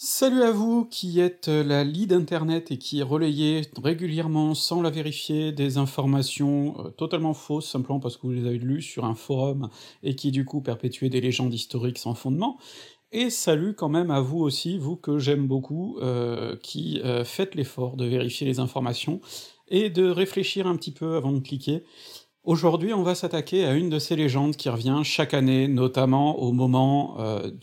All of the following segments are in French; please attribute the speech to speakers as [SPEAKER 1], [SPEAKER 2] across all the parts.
[SPEAKER 1] Salut à vous qui êtes la lead internet et qui relayez régulièrement, sans la vérifier, des informations totalement fausses, simplement parce que vous les avez lues sur un forum et qui du coup perpétuaient des légendes historiques sans fondement. Et salut quand même à vous aussi, vous que j'aime beaucoup, qui faites l'effort de vérifier les informations et de réfléchir un petit peu avant de cliquer. Aujourd'hui, on va s'attaquer à une de ces légendes qui revient chaque année, notamment au moment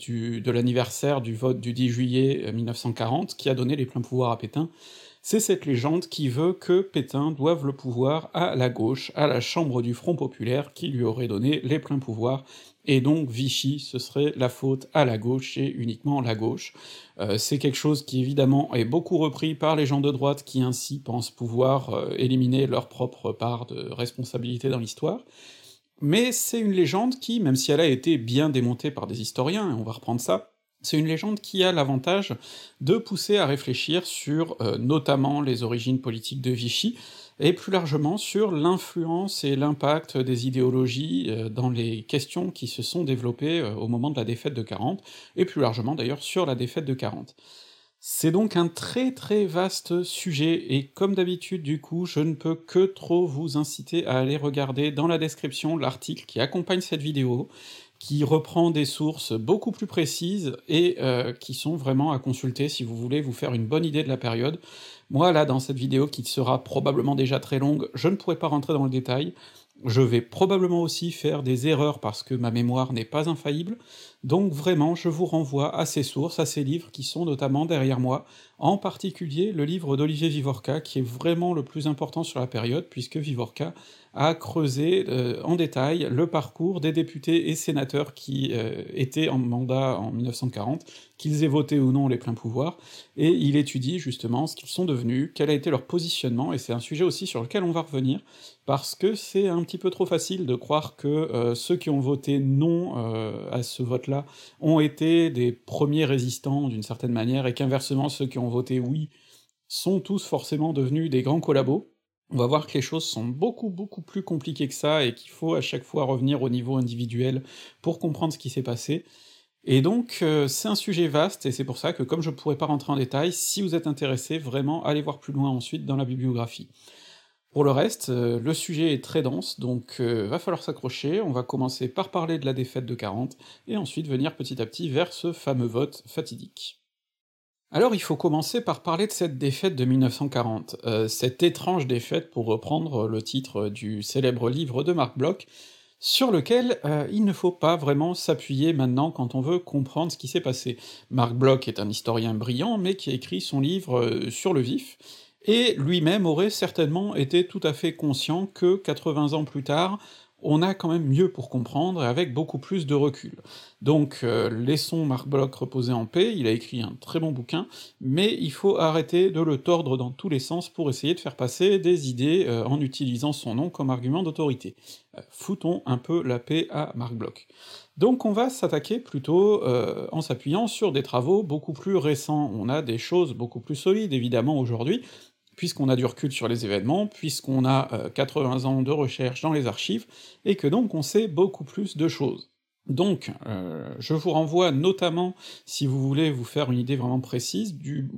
[SPEAKER 1] de l'anniversaire du vote du 10 juillet 1940, qui a donné les pleins pouvoirs à Pétain. C'est cette légende qui veut que Pétain doive le pouvoir à la gauche, à la chambre du Front populaire, qui lui aurait donné les pleins pouvoirs, et donc Vichy, ce serait la faute à la gauche, et uniquement la gauche. C'est quelque chose qui évidemment est beaucoup repris par les gens de droite qui ainsi pensent pouvoir éliminer leur propre part de responsabilité dans l'histoire, mais c'est une légende qui, même si elle a été bien démontée par des historiens, et on va reprendre ça, c'est une légende qui a l'avantage de pousser à réfléchir sur notamment les origines politiques de Vichy, et plus largement sur l'influence et l'impact des idéologies dans les questions qui se sont développées au moment de la défaite de 40, et plus largement d'ailleurs sur la défaite de 40. C'est donc un très très vaste sujet, et comme d'habitude du coup, je ne peux que trop vous inciter à aller regarder dans la description l'article qui accompagne cette vidéo, qui reprend des sources beaucoup plus précises et qui sont vraiment à consulter si vous voulez vous faire une bonne idée de la période. Moi là, dans cette vidéo qui sera probablement déjà très longue, je ne pourrai pas rentrer dans le détail, je vais probablement aussi faire des erreurs parce que ma mémoire n'est pas infaillible, donc vraiment je vous renvoie à ces sources, à ces livres qui sont notamment derrière moi, en particulier le livre d'Olivier Vivorca, qui est vraiment le plus important sur la période, puisque Vivorca a creusé en détail le parcours des députés et sénateurs qui étaient en mandat en 1940, qu'ils aient voté ou non les pleins pouvoirs, et il étudie justement ce qu'ils sont devenus, quel a été leur positionnement, et c'est un sujet aussi sur lequel on va revenir, parce que c'est un petit peu trop facile de croire que ceux qui ont voté non à ce vote-là ont été des premiers résistants d'une certaine manière, et qu'inversement ceux qui ont voté oui sont tous forcément devenus des grands collabos. On va voir que les choses sont beaucoup, beaucoup plus compliquées que ça, et qu'il faut à chaque fois revenir au niveau individuel pour comprendre ce qui s'est passé. Et donc, c'est un sujet vaste, et c'est pour ça que comme je pourrais pas rentrer en détail, si vous êtes intéressé, vraiment allez voir plus loin ensuite dans la bibliographie. Pour le reste, le sujet est très dense, donc va falloir s'accrocher, on va commencer par parler de la défaite de 40, et ensuite venir petit à petit vers ce fameux vote fatidique. Alors il faut commencer par parler de cette défaite de 1940, cette étrange défaite pour reprendre le titre du célèbre livre de Marc Bloch, sur lequel il ne faut pas vraiment s'appuyer maintenant quand on veut comprendre ce qui s'est passé. Marc Bloch est un historien brillant, mais qui a écrit son livre sur le vif, et lui-même aurait certainement été tout à fait conscient que 80 ans plus tard, on a quand même mieux pour comprendre et avec beaucoup plus de recul. Donc laissons Marc Bloch reposer en paix, il a écrit un très bon bouquin, mais il faut arrêter de le tordre dans tous les sens pour essayer de faire passer des idées en utilisant son nom comme argument d'autorité. Foutons un peu la paix à Marc Bloch. Donc on va s'attaquer plutôt en s'appuyant sur des travaux beaucoup plus récents. On a des choses beaucoup plus solides évidemment aujourd'hui, puisqu'on a du recul sur les événements, puisqu'on a 80 ans de recherche dans les archives, et que donc on sait beaucoup plus de choses. Donc, je vous renvoie notamment, si vous voulez vous faire une idée vraiment précise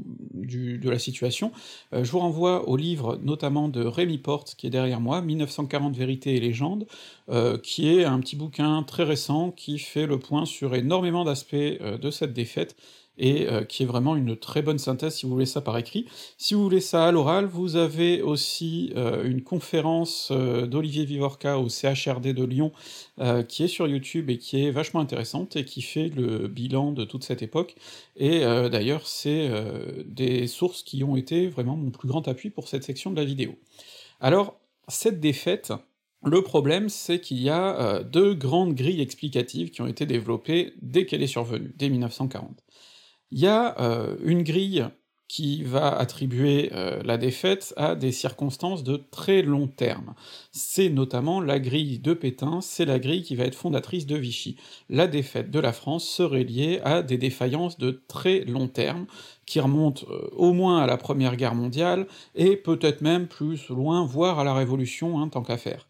[SPEAKER 1] de la situation, je vous renvoie au livre notamment de Rémy Porte, qui est derrière moi, 1940 Vérités et légendes, qui est un petit bouquin très récent, qui fait le point sur énormément d'aspects de cette défaite, et qui est vraiment une très bonne synthèse si vous voulez ça par écrit. Si vous voulez ça à l'oral, vous avez aussi une conférence d'Olivier Vivorca au CHRD de Lyon, qui est sur YouTube et qui est vachement intéressante, et qui fait le bilan de toute cette époque, et d'ailleurs c'est des sources qui ont été vraiment mon plus grand appui pour cette section de la vidéo. Alors, cette défaite, le problème c'est qu'il y a deux grandes grilles explicatives qui ont été développées dès qu'elle est survenue, dès 1940. Il y a une grille qui va attribuer la défaite à des circonstances de très long terme. C'est notamment la grille de Pétain, c'est la grille qui va être fondatrice de Vichy. La défaite de la France serait liée à des défaillances de très long terme, qui remontent au moins à la Première Guerre mondiale, et peut-être même plus loin, voire à la Révolution, hein, tant qu'à faire.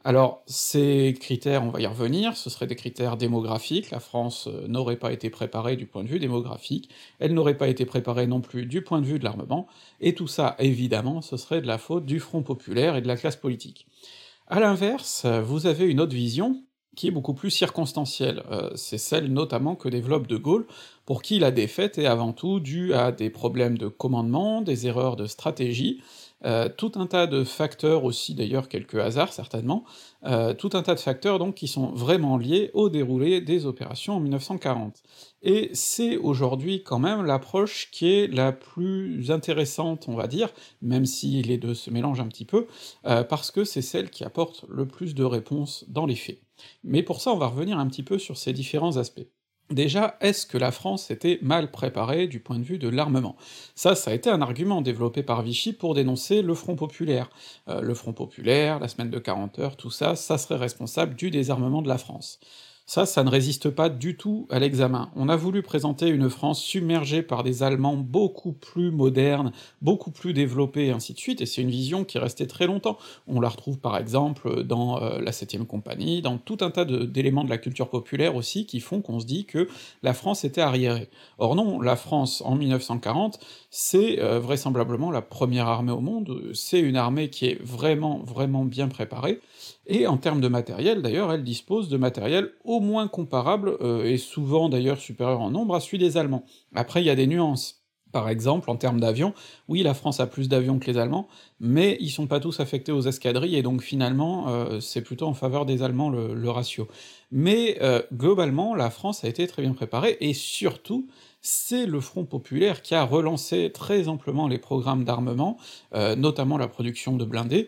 [SPEAKER 1] Alors, ces critères, on va y revenir, ce seraient des critères démographiques, la France, n'aurait pas été préparée du point de vue démographique, elle n'aurait pas été préparée non plus du point de vue de l'armement, et tout ça, évidemment, ce serait de la faute du Front populaire et de la classe politique. À l'inverse, vous avez une autre vision qui est beaucoup plus circonstancielle, c'est celle notamment que développe De Gaulle, pour qui la défaite est avant tout due à des problèmes de commandement, des erreurs de stratégie, tout un tas de facteurs aussi d'ailleurs, quelques hasards certainement, tout un tas de facteurs donc qui sont vraiment liés au déroulé des opérations en 1940. Et c'est aujourd'hui quand même l'approche qui est la plus intéressante, on va dire, même si les deux se mélangent un petit peu, parce que c'est celle qui apporte le plus de réponses dans les faits. Mais pour ça, on va revenir un petit peu sur ces différents aspects. Déjà, est-ce que la France était mal préparée du point de vue de l'armement? Ça a été un argument développé par Vichy pour dénoncer le Front populaire. Le Front populaire, la semaine de 40 heures, tout ça, ça serait responsable du désarmement de la France. Ça ne résiste pas du tout à l'examen. On a voulu présenter une France submergée par des Allemands beaucoup plus modernes, beaucoup plus développés, et ainsi de suite, et c'est une vision qui est restée très longtemps. On la retrouve par exemple dans la 7e compagnie, dans tout un tas d'éléments de la culture populaire aussi, qui font qu'on se dit que la France était arriérée. Or non, la France, en 1940, c'est vraisemblablement la première armée au monde, c'est une armée qui est vraiment, vraiment bien préparée, et en termes de matériel, d'ailleurs, elle dispose de matériel au moins comparable, et souvent d'ailleurs supérieur en nombre à celui des Allemands. Après, il y a des nuances. Par exemple, en termes d'avions, oui, la France a plus d'avions que les Allemands, mais ils sont pas tous affectés aux escadrilles, et donc finalement, c'est plutôt en faveur des Allemands le ratio. Mais globalement, la France a été très bien préparée, et surtout, c'est le Front populaire qui a relancé très amplement les programmes d'armement, notamment la production de blindés,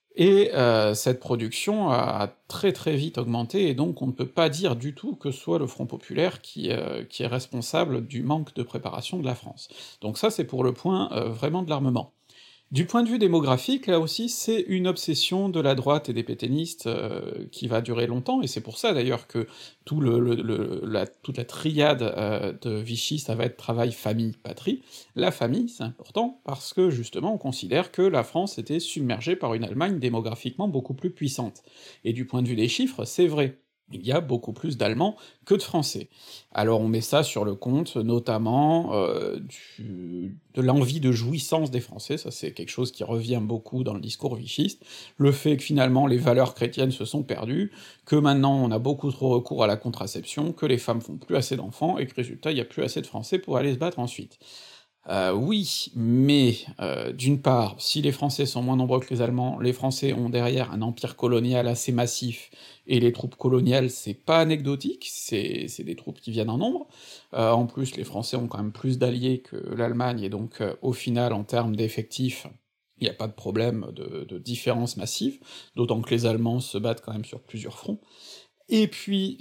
[SPEAKER 1] et cette production a très très vite augmenté, et donc on ne peut pas dire du tout que ce soit le Front populaire qui est responsable du manque de préparation de la France. Donc ça, c'est pour le point, vraiment de l'armement. Du point de vue démographique, là aussi, c'est une obsession de la droite et des pétainistes qui va durer longtemps, et c'est pour ça d'ailleurs que toute la triade de Vichy, ça va être travail, famille, patrie. La famille, c'est important, parce que justement, on considère que la France était submergée par une Allemagne démographiquement beaucoup plus puissante. Et du point de vue des chiffres, c'est vrai. Il y a beaucoup plus d'Allemands que de Français. Alors on met ça sur le compte notamment de l'envie de jouissance des Français, ça c'est quelque chose qui revient beaucoup dans le discours vichiste, le fait que finalement les valeurs chrétiennes se sont perdues, que maintenant on a beaucoup trop recours à la contraception, que les femmes font plus assez d'enfants, et que résultat il y a plus assez de Français pour aller se battre ensuite. Oui, mais d'une part, si les Français sont moins nombreux que les Français ont derrière un empire colonial assez massif, et les troupes coloniales, c'est pas anecdotique, c'est des troupes qui viennent en nombre. En plus, les Français ont quand même plus d'alliés que l'Allemagne, et donc au final, en termes d'effectifs, il y a pas de problème de différence massive, d'autant que les Allemands se battent quand même sur plusieurs fronts. Et puis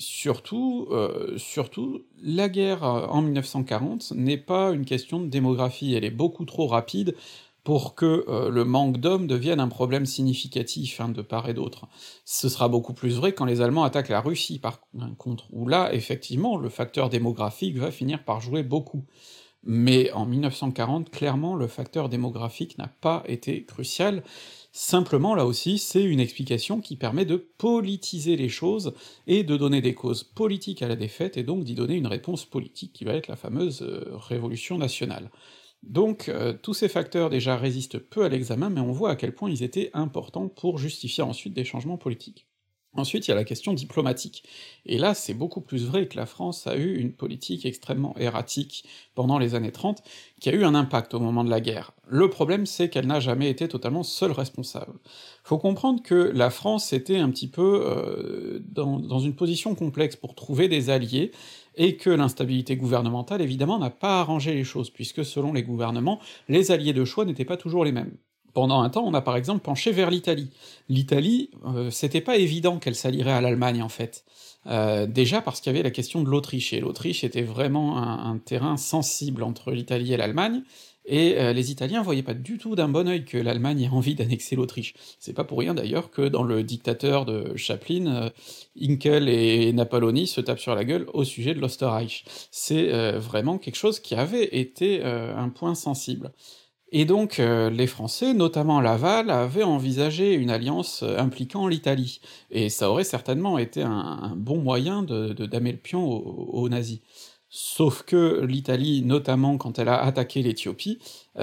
[SPEAKER 1] surtout, la guerre en 1940 n'est pas une question de démographie, elle est beaucoup trop rapide pour que le manque d'hommes devienne un problème significatif, hein, de part et d'autre. Ce sera beaucoup plus vrai quand les Allemands attaquent la Russie, par contre, où là, effectivement, le facteur démographique va finir par jouer beaucoup. Mais en 1940, clairement, le facteur démographique n'a pas été crucial. Simplement, là aussi, c'est une explication qui permet de politiser les choses, et de donner des causes politiques à la défaite, et donc d'y donner une réponse politique qui va être la fameuse révolution nationale. Donc tous ces facteurs déjà résistent peu à l'examen, mais on voit à quel point ils étaient importants pour justifier ensuite des changements politiques. Ensuite, il y a la question diplomatique. Et là, c'est beaucoup plus vrai que la France a eu une politique extrêmement erratique pendant les années 30, qui a eu un impact au moment de la guerre. Le problème, c'est qu'elle n'a jamais été totalement seule responsable. Faut comprendre que la France était un petit peu dans une position complexe pour trouver des alliés, et que l'instabilité gouvernementale, évidemment, n'a pas arrangé les choses, puisque selon les gouvernements, les alliés de choix n'étaient pas toujours les mêmes. Pendant un temps, on a par exemple penché vers l'Italie. L'Italie, c'était pas évident qu'elle s'allierait à l'Allemagne en fait. Déjà parce qu'il y avait la question de l'Autriche, et l'Autriche était vraiment un terrain sensible entre l'Italie et l'Allemagne, et les Italiens voyaient pas du tout d'un bon œil que l'Allemagne ait envie d'annexer l'Autriche. C'est pas pour rien d'ailleurs que dans Le Dictateur de Chaplin, Hinkel et Napoléon se tapent sur la gueule au sujet de l'Osterreich. C'est vraiment quelque chose qui avait été un point sensible. Et donc les Français, notamment Laval, avaient envisagé une alliance, impliquant l'Italie, et ça aurait certainement été un bon moyen de damer le pion aux nazis. Sauf que l'Italie, notamment quand elle a attaqué l'Éthiopie,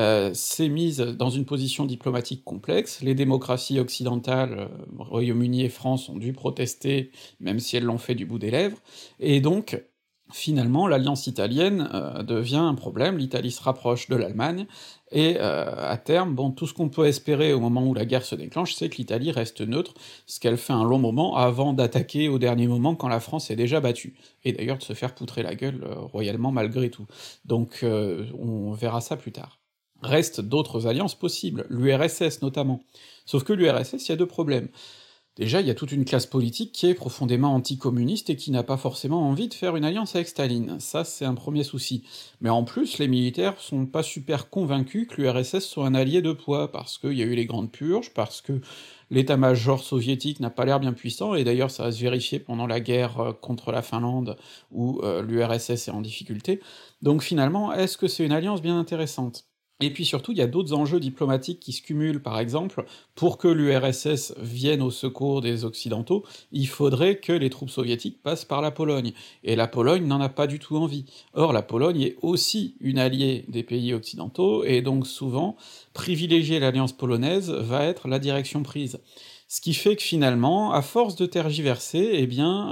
[SPEAKER 1] s'est mise dans une position diplomatique complexe. Les démocraties occidentales, Royaume-Uni et France, ont dû protester, même si elles l'ont fait du bout des lèvres, et donc finalement l'alliance italienne, devient un problème, l'Italie se rapproche de l'Allemagne, et à terme, bon, tout ce qu'on peut espérer au moment où la guerre se déclenche, c'est que l'Italie reste neutre, ce qu'elle fait un long moment avant d'attaquer au dernier moment quand la France est déjà battue, et d'ailleurs de se faire poutrer la gueule, royalement malgré tout. Donc on verra ça plus tard. Restent d'autres alliances possibles, l'URSS notamment. Sauf que l'URSS, il y a deux problèmes. Déjà, il y a toute une classe politique qui est profondément anticommuniste et qui n'a pas forcément envie de faire une alliance avec Staline, ça c'est un premier souci. Mais en plus, les militaires sont pas super convaincus que l'URSS soit un allié de poids, parce qu'il y a eu les grandes purges, parce que l'état-major soviétique n'a pas l'air bien puissant, et d'ailleurs ça va se vérifier pendant la guerre contre la Finlande, où l'URSS est en difficulté. Donc finalement, est-ce que c'est une alliance bien intéressante? Et puis surtout, il y a d'autres enjeux diplomatiques qui se cumulent, par exemple, pour que l'URSS vienne au secours des Occidentaux, il faudrait que les troupes soviétiques passent par la Pologne, et la Pologne n'en a pas du tout envie. Or, la Pologne est aussi une alliée des pays occidentaux, et donc souvent, privilégier l'alliance polonaise va être la direction prise. Ce qui fait que finalement, à force de tergiverser, eh bien,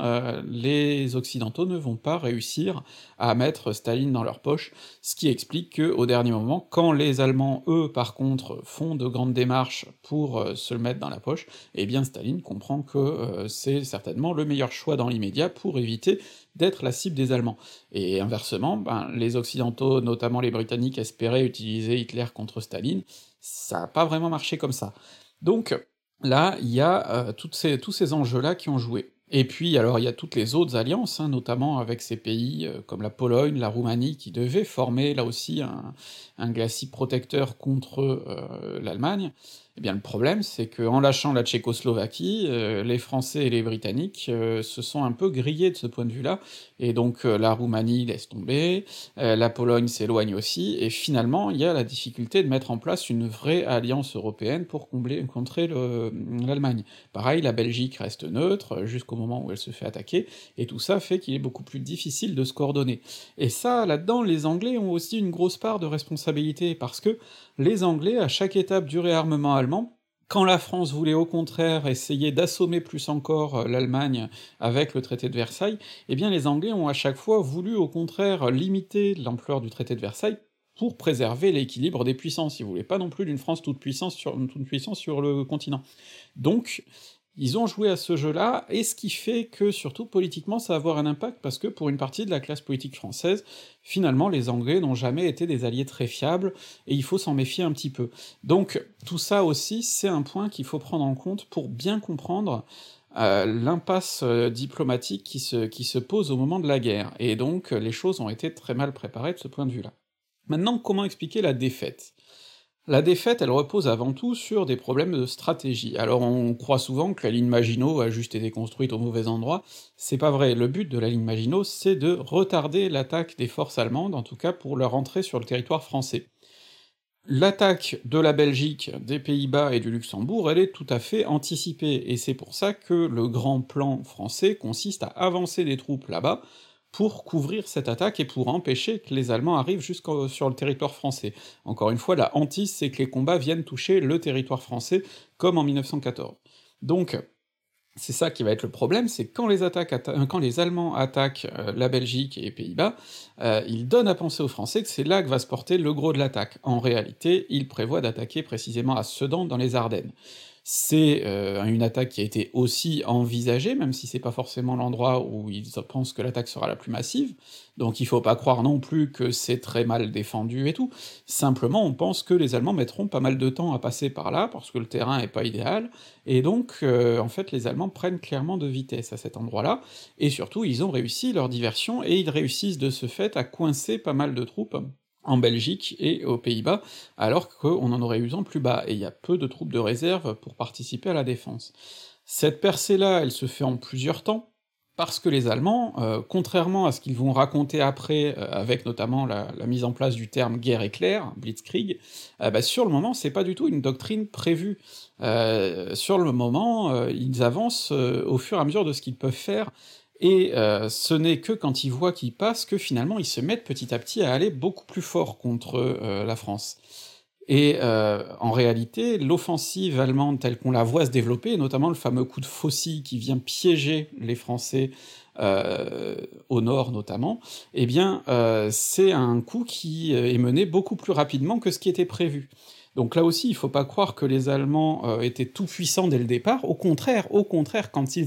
[SPEAKER 1] les Occidentaux ne vont pas réussir à mettre Staline dans leur poche, ce qui explique que, au dernier moment, quand les Allemands, eux, par contre, font de grandes démarches pour se le mettre dans la poche, eh bien Staline comprend que c'est certainement le meilleur choix dans l'immédiat pour éviter d'être la cible des Allemands. Et inversement, ben, les Occidentaux, notamment les Britanniques, espéraient utiliser Hitler contre Staline, ça a pas vraiment marché comme ça. Donc, là, il y a tous ces enjeux-là qui ont joué. Et puis, alors, il y a toutes les autres alliances, hein, notamment avec ces pays comme la Pologne, la Roumanie, qui devaient former, là aussi, un glacis protecteur contre l'Allemagne. Eh bien, le problème, c'est qu'en lâchant la Tchécoslovaquie, les Français et les Britanniques se sont un peu grillés de ce point de vue-là, et donc la Roumanie laisse tomber, la Pologne s'éloigne aussi, et finalement, il y a la difficulté de mettre en place une vraie alliance européenne pour contrer l'Allemagne. Pareil, la Belgique reste neutre, jusqu'au moment où elle se fait attaquer, et tout ça fait qu'il est beaucoup plus difficile de se coordonner. Et ça, là-dedans, les Anglais ont aussi une grosse part de responsabilité, parce que les Anglais, à chaque étape du réarmement allemand, quand la France voulait au contraire essayer d'assommer plus encore l'Allemagne avec le traité de Versailles, eh bien les Anglais ont à chaque fois voulu au contraire limiter l'ampleur du traité de Versailles pour préserver l'équilibre des puissances, ils voulaient pas non plus d'une France toute puissance sur le continent. Donc, ils ont joué à ce jeu-là, et ce qui fait que, surtout politiquement, ça va avoir un impact, parce que pour une partie de la classe politique française, finalement, les Anglais n'ont jamais été des alliés très fiables, et il faut s'en méfier un petit peu. Donc, tout ça aussi, c'est un point qu'il faut prendre en compte pour bien comprendre l'impasse diplomatique qui se pose au moment de la guerre, et donc les choses ont été très mal préparées de ce point de vue-là. Maintenant, comment expliquer la défaite? La défaite, elle repose avant tout sur des problèmes de stratégie. Alors on croit souvent que la ligne Maginot a juste été construite au mauvais endroit, c'est pas vrai, le but de la ligne Maginot, c'est de retarder l'attaque des forces allemandes, en tout cas pour leur entrée sur le territoire français. L'attaque de la Belgique, des Pays-Bas et du Luxembourg, elle est tout à fait anticipée, et c'est pour ça que le grand plan français consiste à avancer des troupes là-bas, pour couvrir cette attaque et pour empêcher que les Allemands arrivent sur le territoire français. Encore une fois, la hantise, c'est que les combats viennent toucher le territoire français, comme en 1914. Donc, c'est ça qui va être le problème, c'est que quand les Allemands attaquent la Belgique et les Pays-Bas, ils donnent à penser aux Français que c'est là que va se porter le gros de l'attaque. En réalité, ils prévoient d'attaquer précisément à Sedan, dans les Ardennes. C'est une attaque qui a été aussi envisagée, même si c'est pas forcément l'endroit où ils pensent que l'attaque sera la plus massive, donc il faut pas croire non plus que c'est très mal défendu et tout, simplement on pense que les Allemands mettront pas mal de temps à passer par là, parce que le terrain est pas idéal, et donc en fait les Allemands prennent clairement de vitesse à cet endroit-là, et surtout ils ont réussi leur diversion, et ils réussissent de ce fait à coincer pas mal de troupes en Belgique et aux Pays-Bas, alors qu'on en aurait eu besoin plus bas, et il y a peu de troupes de réserve pour participer à la défense. Cette percée-là, elle se fait en plusieurs temps. Parce que les Allemands, contrairement à ce qu'ils vont raconter après, avec notamment la mise en place du terme guerre éclair, Blitzkrieg, bah, sur le moment, c'est pas du tout une doctrine prévue. Sur le moment, ils avancent, au fur et à mesure de ce qu'ils peuvent faire, et ce n'est que quand ils voient qu'ils passent que finalement ils se mettent petit à petit à aller beaucoup plus fort contre, la France. Et en réalité, l'offensive allemande telle qu'on la voit se développer, et notamment le fameux coup de faucille qui vient piéger les Français, au nord notamment, eh bien, c'est un coup qui, est mené beaucoup plus rapidement que ce qui était prévu. Donc là aussi, il faut pas croire que les Allemands, étaient tout puissants dès le départ, au contraire, quand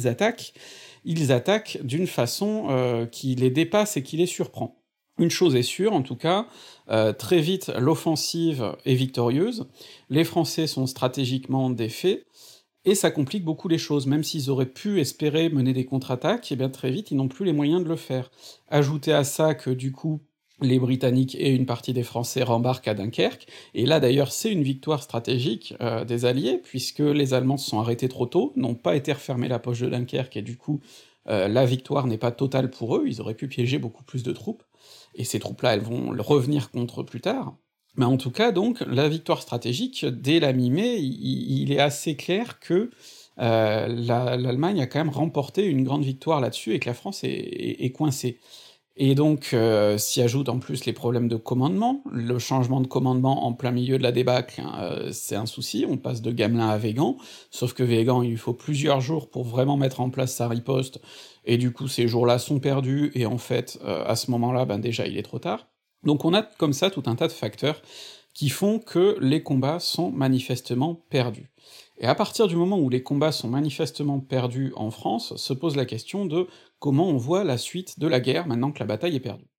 [SPEAKER 1] ils attaquent d'une façon, qui les dépasse et qui les surprend. Une chose est sûre, en tout cas, très vite l'offensive est victorieuse, les Français sont stratégiquement défaits, et ça complique beaucoup les choses. Même s'ils auraient pu espérer mener des contre-attaques, et bien très vite ils n'ont plus les moyens de le faire. Ajoutez à ça que du coup, les Britanniques et une partie des Français rembarquent à Dunkerque, et là d'ailleurs c'est une victoire stratégique des Alliés, puisque les Allemands se sont arrêtés trop tôt, n'ont pas été refermer la poche de Dunkerque, et du coup, la victoire n'est pas totale pour eux, ils auraient pu piéger beaucoup plus de troupes, et ces troupes-là, elles vont revenir contre eux plus tard. Mais en tout cas, donc, la victoire stratégique, dès la mi-mai, il est assez clair que l'Allemagne a quand même remporté une grande victoire là-dessus et que la France est coincée. Et donc, s'y ajoutent en plus les problèmes de commandement, le changement de commandement en plein milieu de la débâcle, hein, c'est un souci, on passe de Gamelin à Weygand, sauf que Weygand, il lui faut plusieurs jours pour vraiment mettre en place sa riposte, et du coup ces jours-là sont perdus, et en fait, à ce moment-là, ben déjà il est trop tard. Donc on a comme ça tout un tas de facteurs qui font que les combats sont manifestement perdus. Et à partir du moment où les combats sont manifestement perdus en France, se pose la question de comment on voit la suite de la guerre maintenant que la bataille est perdue.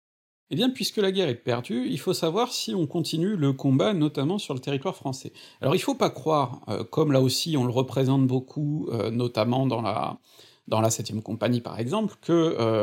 [SPEAKER 1] Eh bien, puisque la guerre est perdue, il faut savoir si on continue le combat, notamment sur le territoire français. Alors il faut pas croire, comme là aussi on le représente beaucoup, notamment dans la 7e compagnie par exemple, que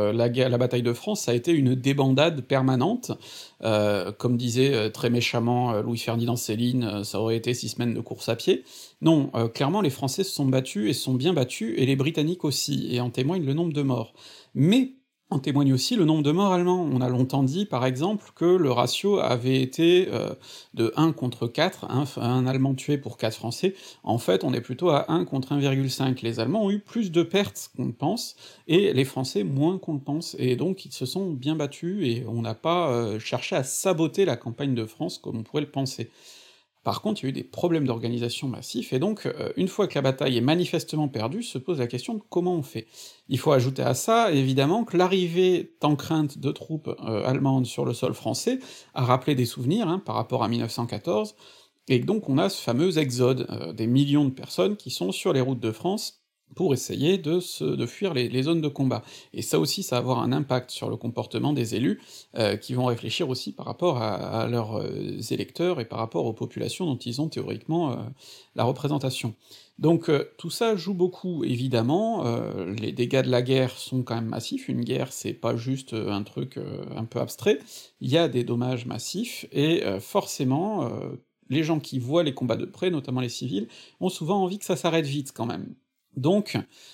[SPEAKER 1] la bataille de France ça a été une débandade permanente, comme disait très méchamment Louis-Ferdinand Céline, ça aurait été 6 semaines de course à pied. Non, clairement les Français se sont battus et se sont bien battus, et les Britanniques aussi, et en témoigne le nombre de morts. Mais en témoigne aussi le nombre de morts allemands. On a longtemps dit, par exemple, que le ratio avait été de 1 contre 4, un Allemand tué pour 4 Français. En fait, on est plutôt à 1 contre 1,5. Les Allemands ont eu plus de pertes qu'on ne pense, et les Français moins qu'on ne pense, et donc ils se sont bien battus, et on n'a pas cherché à saboter la campagne de France comme on pourrait le penser. Par contre, il y a eu des problèmes d'organisation massifs, et donc, une fois que la bataille est manifestement perdue, se pose la question de comment on fait. Il faut ajouter à ça, évidemment, que l'arrivée tant crainte de troupes allemandes sur le sol français a rappelé des souvenirs, hein, par rapport à 1914, et que donc on a ce fameux exode, des millions de personnes qui sont sur les routes de France pour essayer de fuir les zones de combat. Et ça aussi, ça va avoir un impact sur le comportement des élus, qui vont réfléchir aussi par rapport à leurs électeurs et par rapport aux populations dont ils ont théoriquement la représentation. Donc tout ça joue beaucoup, évidemment, les dégâts de la guerre sont quand même massifs, une guerre c'est pas juste un truc un peu abstrait, il y a des dommages massifs, et forcément, les gens qui voient les combats de près, notamment les civils, ont souvent envie que ça s'arrête vite quand même. Donc,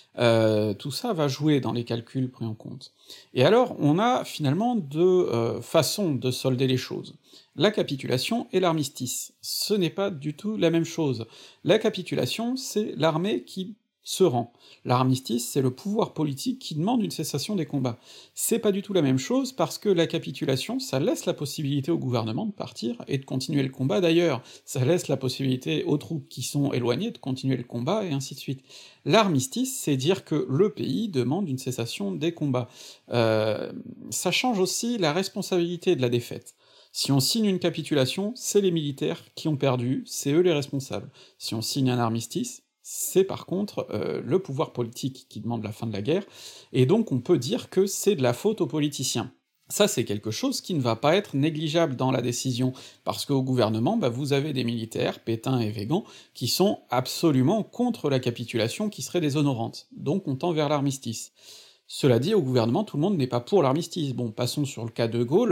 [SPEAKER 1] tout ça va jouer dans les calculs pris en compte. Et alors, on a finalement deux façons de solder les choses. La capitulation et l'armistice. Ce n'est pas du tout la même chose. La capitulation, c'est l'armée qui se rend. L'armistice, c'est le pouvoir politique qui demande une cessation des combats. C'est pas du tout la même chose, parce que la capitulation, ça laisse la possibilité au gouvernement de partir et de continuer le combat d'ailleurs, ça laisse la possibilité aux troupes qui sont éloignées de continuer le combat, et ainsi de suite. L'armistice, c'est dire que le pays demande une cessation des combats. Ça change aussi la responsabilité de la défaite. Si on signe une capitulation, c'est les militaires qui ont perdu, c'est eux les responsables. Si on signe un armistice, c'est par contre le pouvoir politique qui demande la fin de la guerre, et donc on peut dire que c'est de la faute aux politiciens. Ça, c'est quelque chose qui ne va pas être négligeable dans la décision, parce qu'au gouvernement, bah, vous avez des militaires, Pétain et Weygand, qui sont absolument contre la capitulation qui serait déshonorante, donc on tend vers l'armistice. Cela dit, au gouvernement, tout le monde n'est pas pour l'armistice. Bon, passons sur le cas de Gaulle,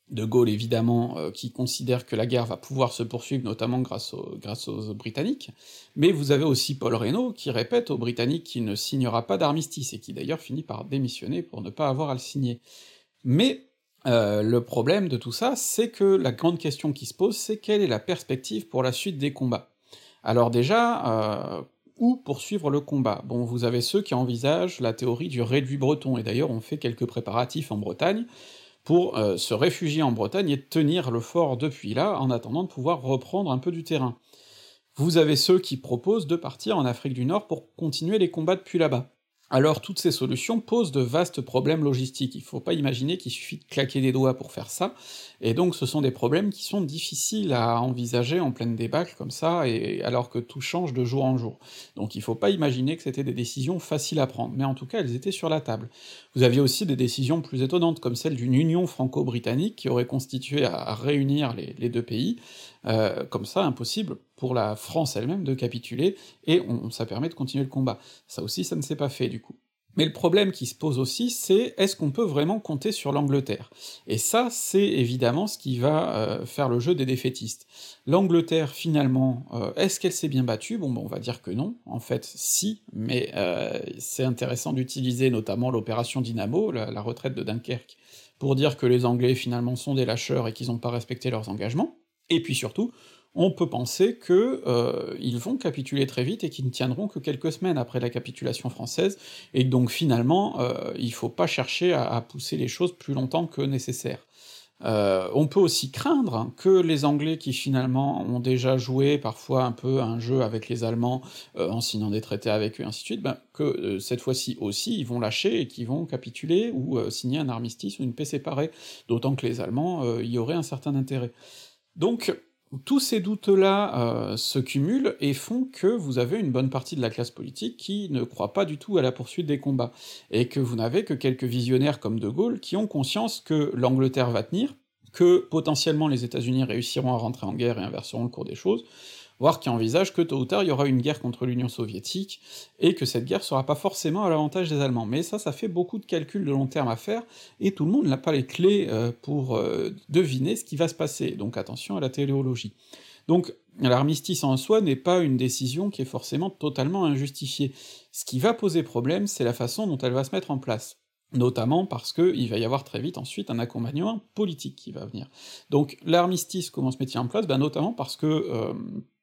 [SPEAKER 1] De Gaulle évidemment, qui considère que la guerre va pouvoir se poursuivre, notamment grâce aux Britanniques, mais vous avez aussi Paul Reynaud qui répète aux Britanniques qu'il ne signera pas d'armistice, et qui d'ailleurs finit par démissionner pour ne pas avoir à le signer. Mais le problème de tout ça, c'est que la grande question qui se pose, c'est quelle est la perspective pour la suite des combats? Alors déjà, où poursuivre le combat? Bon, vous avez ceux qui envisagent la théorie du réduit breton, et d'ailleurs on fait quelques préparatifs en Bretagne, pour se réfugier en Bretagne et tenir le fort depuis là, en attendant de pouvoir reprendre un peu du terrain. Vous avez ceux qui proposent de partir en Afrique du Nord pour continuer les combats depuis là-bas. Alors toutes ces solutions posent de vastes problèmes logistiques, il faut pas imaginer qu'il suffit de claquer des doigts pour faire ça, et donc ce sont des problèmes qui sont difficiles à envisager en pleine débâcle comme ça, et alors que tout change de jour en jour. Donc il faut pas imaginer que c'était des décisions faciles à prendre, mais en tout cas elles étaient sur la table. Vous aviez aussi des décisions plus étonnantes, comme celle d'une union franco-britannique qui aurait constitué à réunir les deux pays, comme ça impossible pour la France elle-même de capituler, et ça permet de continuer le combat. Ça aussi, ça ne s'est pas fait, du coup. Mais le problème qui se pose aussi, c'est est-ce qu'on peut vraiment compter sur l'Angleterre? Et ça, c'est évidemment ce qui va faire le jeu des défaitistes. L'Angleterre, finalement, est-ce qu'elle s'est bien battue? Bon, ben, on va dire que non, en fait, si, mais c'est intéressant d'utiliser notamment l'opération Dynamo, la retraite de Dunkerque, pour dire que les Anglais, finalement, sont des lâcheurs et qu'ils n'ont pas respecté leurs engagements, et puis surtout, on peut penser que ils vont capituler très vite et qu'ils ne tiendront que quelques semaines après la capitulation française, et que donc finalement, il faut pas chercher à pousser les choses plus longtemps que nécessaire. On peut aussi craindre que les Anglais qui finalement ont déjà joué parfois un peu à un jeu avec les Allemands, en signant des traités avec eux, ainsi de suite, ben, que cette fois-ci aussi, ils vont lâcher et qu'ils vont capituler ou signer un armistice ou une paix séparée, d'autant que les Allemands y auraient un certain intérêt. Donc, tous ces doutes-là se cumulent et font que vous avez une bonne partie de la classe politique qui ne croit pas du tout à la poursuite des combats, et que vous n'avez que quelques visionnaires comme De Gaulle qui ont conscience que l'Angleterre va tenir, que potentiellement les États-Unis réussiront à rentrer en guerre et inverseront le cours des choses, voire qui envisagent que tôt ou tard il y aura une guerre contre l'Union soviétique, et que cette guerre sera pas forcément à l'avantage des Allemands. Mais ça fait beaucoup de calculs de long terme à faire, et tout le monde n'a pas les clés pour deviner ce qui va se passer, donc attention à la téléologie. Donc l'armistice en soi n'est pas une décision qui est forcément totalement injustifiée. Ce qui va poser problème, c'est la façon dont elle va se mettre en place. Notamment parce qu'il va y avoir très vite ensuite un accompagnement politique qui va venir. Donc l'armistice, comment se met-il en place? Ben notamment parce que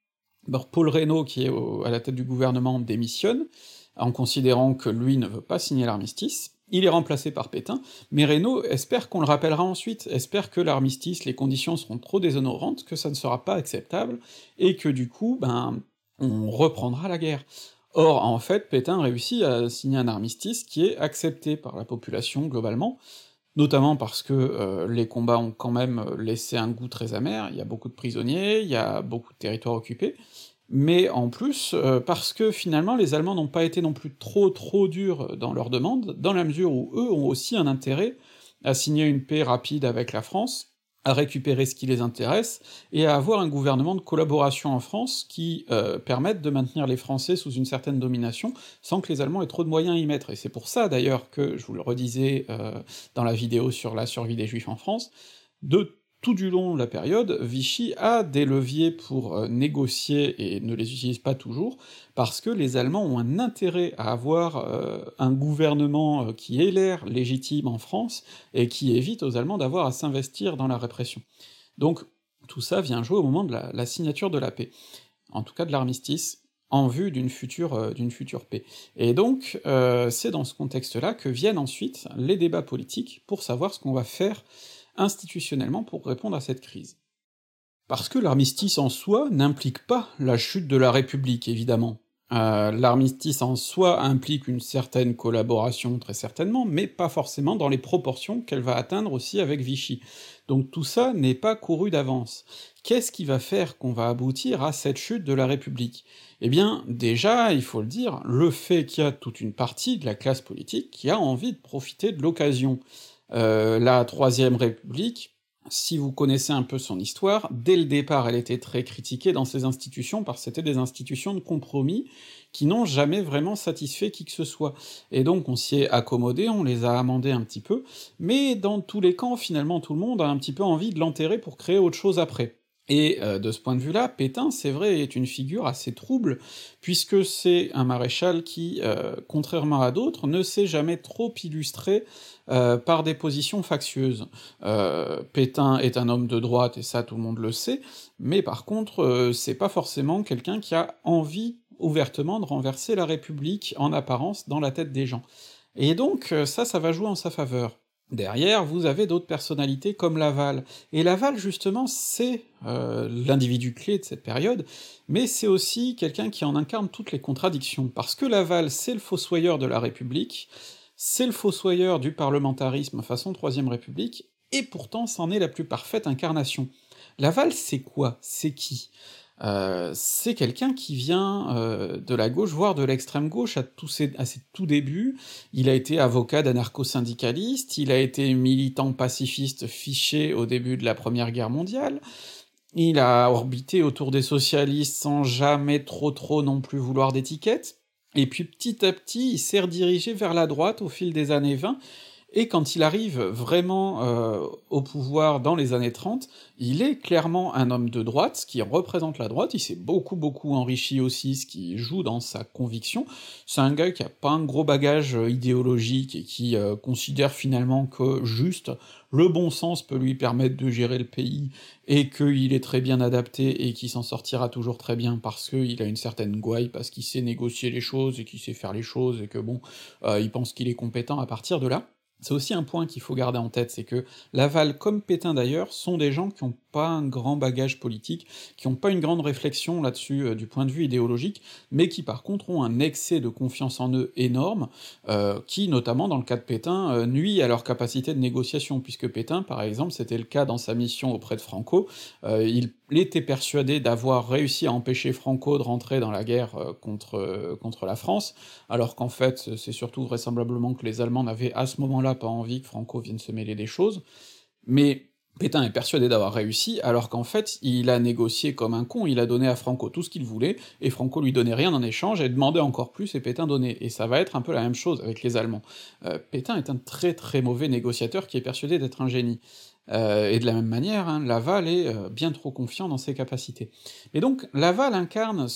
[SPEAKER 1] Paul Reynaud, qui est à la tête du gouvernement, démissionne, en considérant que lui ne veut pas signer l'armistice. Il est remplacé par Pétain, mais Reynaud espère qu'on le rappellera ensuite, espère que l'armistice, les conditions seront trop déshonorantes, que ça ne sera pas acceptable, et que du coup, ben, on reprendra la guerre. Or, en fait, Pétain réussit à signer un armistice qui est accepté par la population globalement, notamment parce que les combats ont quand même laissé un goût très amer, il y a beaucoup de prisonniers, il y a beaucoup de territoires occupés, mais en plus, parce que finalement les Allemands n'ont pas été non plus trop durs dans leurs demandes, dans la mesure où eux ont aussi un intérêt à signer une paix rapide avec la France, à récupérer ce qui les intéresse, et à avoir un gouvernement de collaboration en France qui permette de maintenir les Français sous une certaine domination, sans que les Allemands aient trop de moyens à y mettre. Et c'est pour ça d'ailleurs que, je vous le redisais dans la vidéo sur la survie des Juifs en France, tout du long de la période, Vichy a des leviers pour négocier et ne les utilise pas toujours, parce que les Allemands ont un intérêt à avoir un gouvernement qui ait l'air légitime en France, et qui évite aux Allemands d'avoir à s'investir dans la répression. Donc tout ça vient jouer au moment de la signature de la paix, en tout cas de l'armistice, en vue d'une future paix. Et donc c'est dans ce contexte-là que viennent ensuite les débats politiques pour savoir ce qu'on va faire institutionnellement pour répondre à cette crise. Parce que l'armistice en soi n'implique pas la chute de la République, évidemment. L'armistice en soi implique une certaine collaboration, très certainement, mais pas forcément dans les proportions qu'elle va atteindre aussi avec Vichy. Donc tout ça n'est pas couru d'avance. Qu'est-ce qui va faire qu'on va aboutir à cette chute de la République? Eh bien, déjà, il faut le dire, le fait qu'il y a toute une partie de la classe politique qui a envie de profiter de l'occasion. La Troisième République, Si vous connaissez un peu son histoire, dès le départ, elle était très critiquée dans ces institutions, parce que c'était des institutions de compromis qui n'ont jamais vraiment satisfait qui que ce soit. Et donc on s'y est accommodé, on les a amendées un petit peu, mais dans tous les camps, finalement, tout le monde a un petit peu envie de l'enterrer pour créer autre chose après. Et de ce point de vue-là, Pétain, c'est vrai, est une figure assez trouble, puisque c'est un maréchal qui, contrairement à d'autres, ne s'est jamais trop illustré par des positions factieuses. Pétain est un homme de droite, et ça tout le monde le sait, mais par contre, c'est pas forcément quelqu'un qui a envie ouvertement de renverser la République, en apparence, dans la tête des gens. Et donc, ça va jouer en sa faveur. Derrière, vous avez d'autres personnalités comme Laval. Et Laval, justement, c'est l'individu clé de cette période, mais c'est aussi quelqu'un qui en incarne toutes les contradictions, parce que Laval, c'est le fossoyeur de la République, c'est le fossoyeur du parlementarisme façon Troisième République, et pourtant c'en est la plus parfaite incarnation. Laval, c'est quoi? C'est qui? C'est quelqu'un qui vient de la gauche, voire de l'extrême gauche à ses tout débuts. Il a été avocat d'anarcho-syndicaliste, il a été militant pacifiste fiché au début de la Première Guerre mondiale, il a orbité autour des socialistes sans jamais trop non plus vouloir d'étiquette, et puis petit à petit, il s'est redirigé vers la droite au fil des années 20, et quand il arrive vraiment au pouvoir dans les années 30, il est clairement un homme de droite, ce qui représente la droite, il s'est beaucoup enrichi aussi, ce qui joue dans sa conviction. C'est un gars qui a pas un gros bagage idéologique et qui considère finalement que juste le bon sens peut lui permettre de gérer le pays, et qu'il est très bien adapté et qu'il s'en sortira toujours très bien parce qu'il a une certaine gouaille, parce qu'il sait négocier les choses et qu'il sait faire les choses, et que bon, il pense qu'il est compétent à partir de là. C'est aussi un point qu'il faut garder en tête, c'est que Laval, comme Pétain d'ailleurs, sont des gens qui ont pas un grand bagage politique, qui ont pas une grande réflexion là-dessus du point de vue idéologique, mais qui par contre ont un excès de confiance en eux énorme, qui, notamment dans le cas de Pétain, nuit à leur capacité de négociation, puisque Pétain, par exemple, c'était le cas dans sa mission auprès de Franco, il était persuadé d'avoir réussi à empêcher Franco de rentrer dans la guerre contre la France, alors qu'en fait, c'est surtout vraisemblablement que les Allemands n'avaient à ce moment-là pas envie que Franco vienne se mêler des choses, mais Pétain est persuadé d'avoir réussi, alors qu'en fait, il a négocié comme un con, il a donné à Franco tout ce qu'il voulait, et Franco lui donnait rien en échange, et demandait encore plus, et Pétain donnait, et ça va être un peu la même chose avec les Allemands. Pétain est un très mauvais négociateur qui est persuadé d'être un génie. Et de la même manière, hein, Laval est bien trop confiant dans ses capacités. Et donc, Laval incarne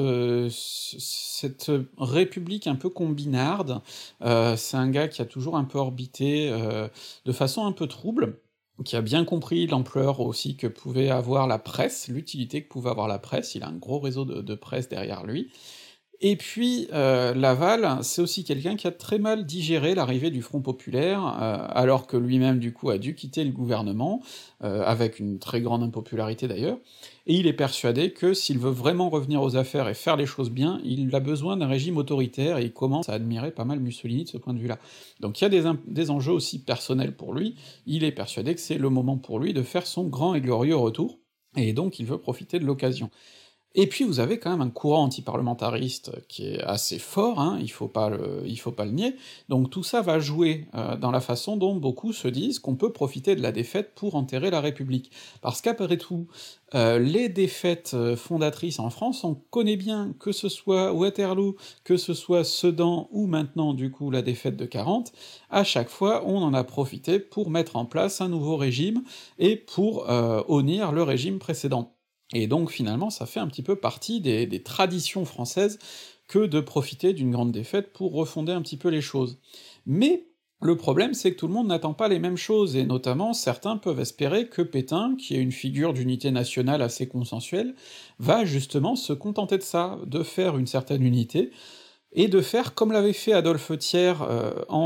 [SPEAKER 1] cette république un peu combinarde, c'est un gars qui a toujours un peu orbité de façon un peu trouble, qui a bien compris l'ampleur aussi que pouvait avoir la presse, l'utilité que pouvait avoir la presse, il a un gros réseau de presse derrière lui, et puis, Laval, c'est aussi quelqu'un qui a très mal digéré l'arrivée du Front populaire, alors que lui-même, du coup, a dû quitter le gouvernement, avec une très grande impopularité d'ailleurs, et il est persuadé que s'il veut vraiment revenir aux affaires et faire les choses bien, il a besoin d'un régime autoritaire, et il commence à admirer pas mal Mussolini de ce point de vue-là. Donc il y a des enjeux aussi personnels pour lui, il est persuadé que c'est le moment pour lui de faire son grand et glorieux retour, et donc il veut profiter de l'occasion. Et puis vous avez quand même un courant antiparlementariste qui est assez fort, hein, il faut pas le nier, donc tout ça va jouer dans la façon dont beaucoup se disent qu'on peut profiter de la défaite pour enterrer la République. Parce qu'après tout, les défaites fondatrices en France, on connaît bien, que ce soit Waterloo, que ce soit Sedan, ou maintenant du coup la défaite de 40, à chaque fois on en a profité pour mettre en place un nouveau régime, et pour honnir le régime précédent. Et donc finalement, ça fait un petit peu partie des traditions françaises que de profiter d'une grande défaite pour refonder un petit peu les choses. Mais le problème, c'est que tout le monde n'attend pas les mêmes choses, et notamment certains peuvent espérer que Pétain, qui est une figure d'unité nationale assez consensuelle, va justement se contenter de ça, de faire une certaine unité, et de faire comme l'avait fait Adolphe Thiers en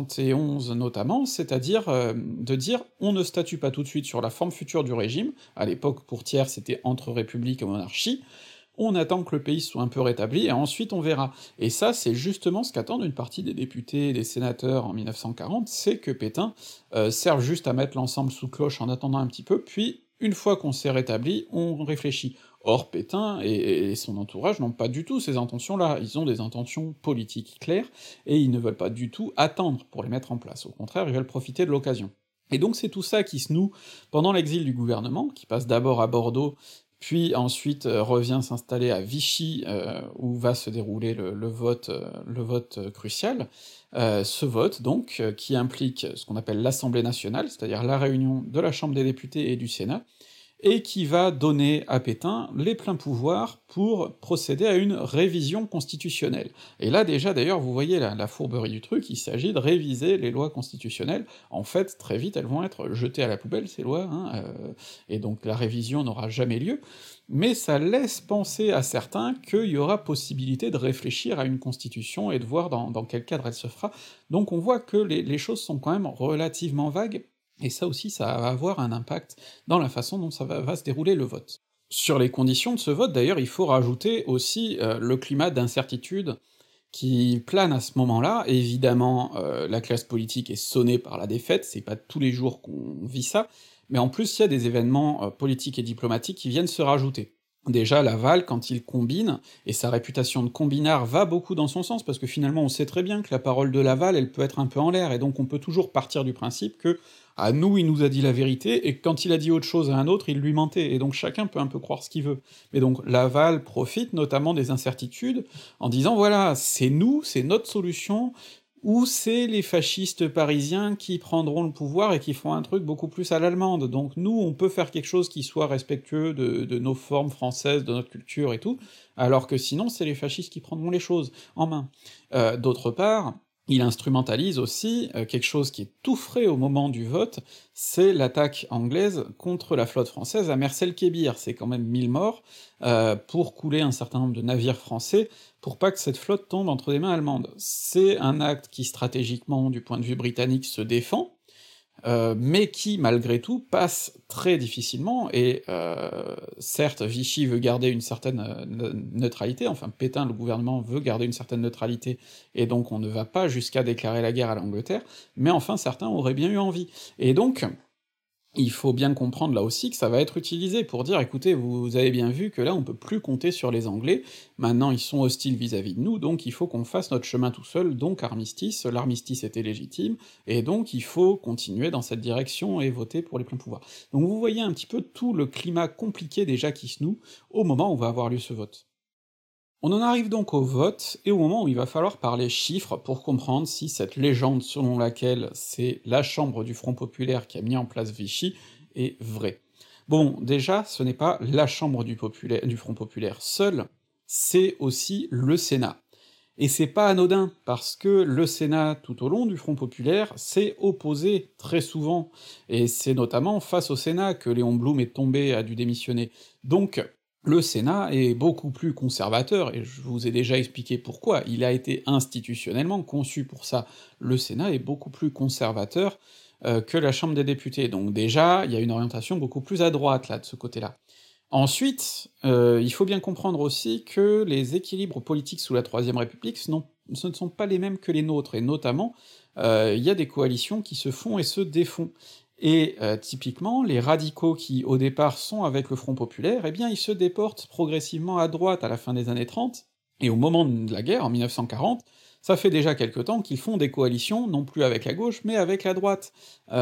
[SPEAKER 1] 71 notamment, c'est-à-dire de dire on ne statue pas tout de suite sur la forme future du régime, à l'époque pour Thiers c'était entre république et monarchie, on attend que le pays soit un peu rétabli, et ensuite on verra. Et ça, c'est justement ce qu'attendent une partie des députés et des sénateurs en 1940, c'est que Pétain serve juste à mettre l'ensemble sous cloche en attendant un petit peu, puis une fois qu'on s'est rétabli, on réfléchit. Or, Pétain et son entourage n'ont pas du tout ces intentions-là, ils ont des intentions politiques claires, et ils ne veulent pas du tout attendre pour les mettre en place, au contraire, ils veulent profiter de l'occasion. Et donc c'est tout ça qui se noue pendant l'exil du gouvernement, qui passe d'abord à Bordeaux, puis ensuite revient s'installer à Vichy, où va se dérouler le vote crucial. Ce vote donc, qui implique ce qu'on appelle l'Assemblée nationale, c'est-à-dire la réunion de la Chambre des députés et du Sénat, et qui va donner à Pétain les pleins pouvoirs pour procéder à une révision constitutionnelle. Et là déjà d'ailleurs vous voyez la fourberie du truc, il s'agit de réviser les lois constitutionnelles, en fait très vite elles vont être jetées à la poubelle ces lois, hein, et donc la révision n'aura jamais lieu, mais ça laisse penser à certains qu'il y aura possibilité de réfléchir à une constitution et de voir dans quel cadre elle se fera, donc on voit que les choses sont quand même relativement vagues, et ça aussi, ça va avoir un impact dans la façon dont ça va se dérouler le vote. Sur les conditions de ce vote, d'ailleurs, il faut rajouter aussi le climat d'incertitude qui plane à ce moment-là. Évidemment, la classe politique est sonnée par la défaite, c'est pas tous les jours qu'on vit ça, mais en plus, il y a des événements politiques et diplomatiques qui viennent se rajouter. Déjà, Laval, quand il combine, et sa réputation de combinard va beaucoup dans son sens, parce que finalement on sait très bien que la parole de Laval, elle peut être un peu en l'air, et donc on peut toujours partir du principe que, à nous, il nous a dit la vérité, et que quand il a dit autre chose à un autre, il lui mentait, et donc chacun peut un peu croire ce qu'il veut. Mais donc Laval profite notamment des incertitudes, en disant voilà, c'est nous, c'est notre solution, ou c'est les fascistes parisiens qui prendront le pouvoir et qui feront un truc beaucoup plus à l'allemande. Donc nous, on peut faire quelque chose qui soit respectueux de nos formes françaises, de notre culture et tout, alors que sinon c'est les fascistes qui prendront les choses en main. D'autre part, il instrumentalise aussi quelque chose qui est tout frais au moment du vote, c'est l'attaque anglaise contre la flotte française à Mers-el-Kébir, c'est quand même 1000 morts, pour couler un certain nombre de navires français, pour pas que cette flotte tombe entre des mains allemandes. C'est un acte qui stratégiquement, du point de vue britannique, se défend, mais qui, malgré tout, passe très difficilement, et certes, Vichy veut garder une certaine neutralité, enfin Pétain, le gouvernement, veut garder une certaine neutralité, et donc on ne va pas jusqu'à déclarer la guerre à l'Angleterre, mais enfin certains auraient bien eu envie. Et donc, il faut bien comprendre là aussi que ça va être utilisé pour dire écoutez, vous avez bien vu que là on peut plus compter sur les Anglais, maintenant ils sont hostiles vis-à-vis de nous, donc il faut qu'on fasse notre chemin tout seul, donc armistice, l'armistice était légitime, et donc il faut continuer dans cette direction et voter pour les pleins pouvoirs. Donc vous voyez un petit peu tout le climat compliqué déjà qui se noue au moment où va avoir lieu ce vote. On en arrive donc au vote, et au moment où il va falloir parler chiffres pour comprendre si cette légende selon laquelle c'est la chambre du Front populaire qui a mis en place Vichy est vraie. Bon, déjà, ce n'est pas la chambre du Front populaire seul, c'est aussi le Sénat. Et c'est pas anodin, parce que le Sénat, tout au long du Front populaire, s'est opposé très souvent, et c'est notamment face au Sénat que Léon Blum est tombé, a dû démissionner. Donc, le Sénat est beaucoup plus conservateur, et je vous ai déjà expliqué pourquoi, il a été institutionnellement conçu pour ça. Le Sénat est beaucoup plus conservateur que la Chambre des députés, donc déjà, il y a une orientation beaucoup plus à droite, là, de ce côté-là. Ensuite, il faut bien comprendre aussi que les équilibres politiques sous la Troisième République, ce ne sont pas les mêmes que les nôtres, et notamment, il y a des coalitions qui se font et se défont. Et typiquement, les radicaux qui, au départ, sont avec le Front populaire, eh bien ils se déportent progressivement à droite à la fin des années 30, et au moment de la guerre, en 1940, ça fait déjà quelque temps qu'ils font des coalitions, non plus avec la gauche, mais avec la droite.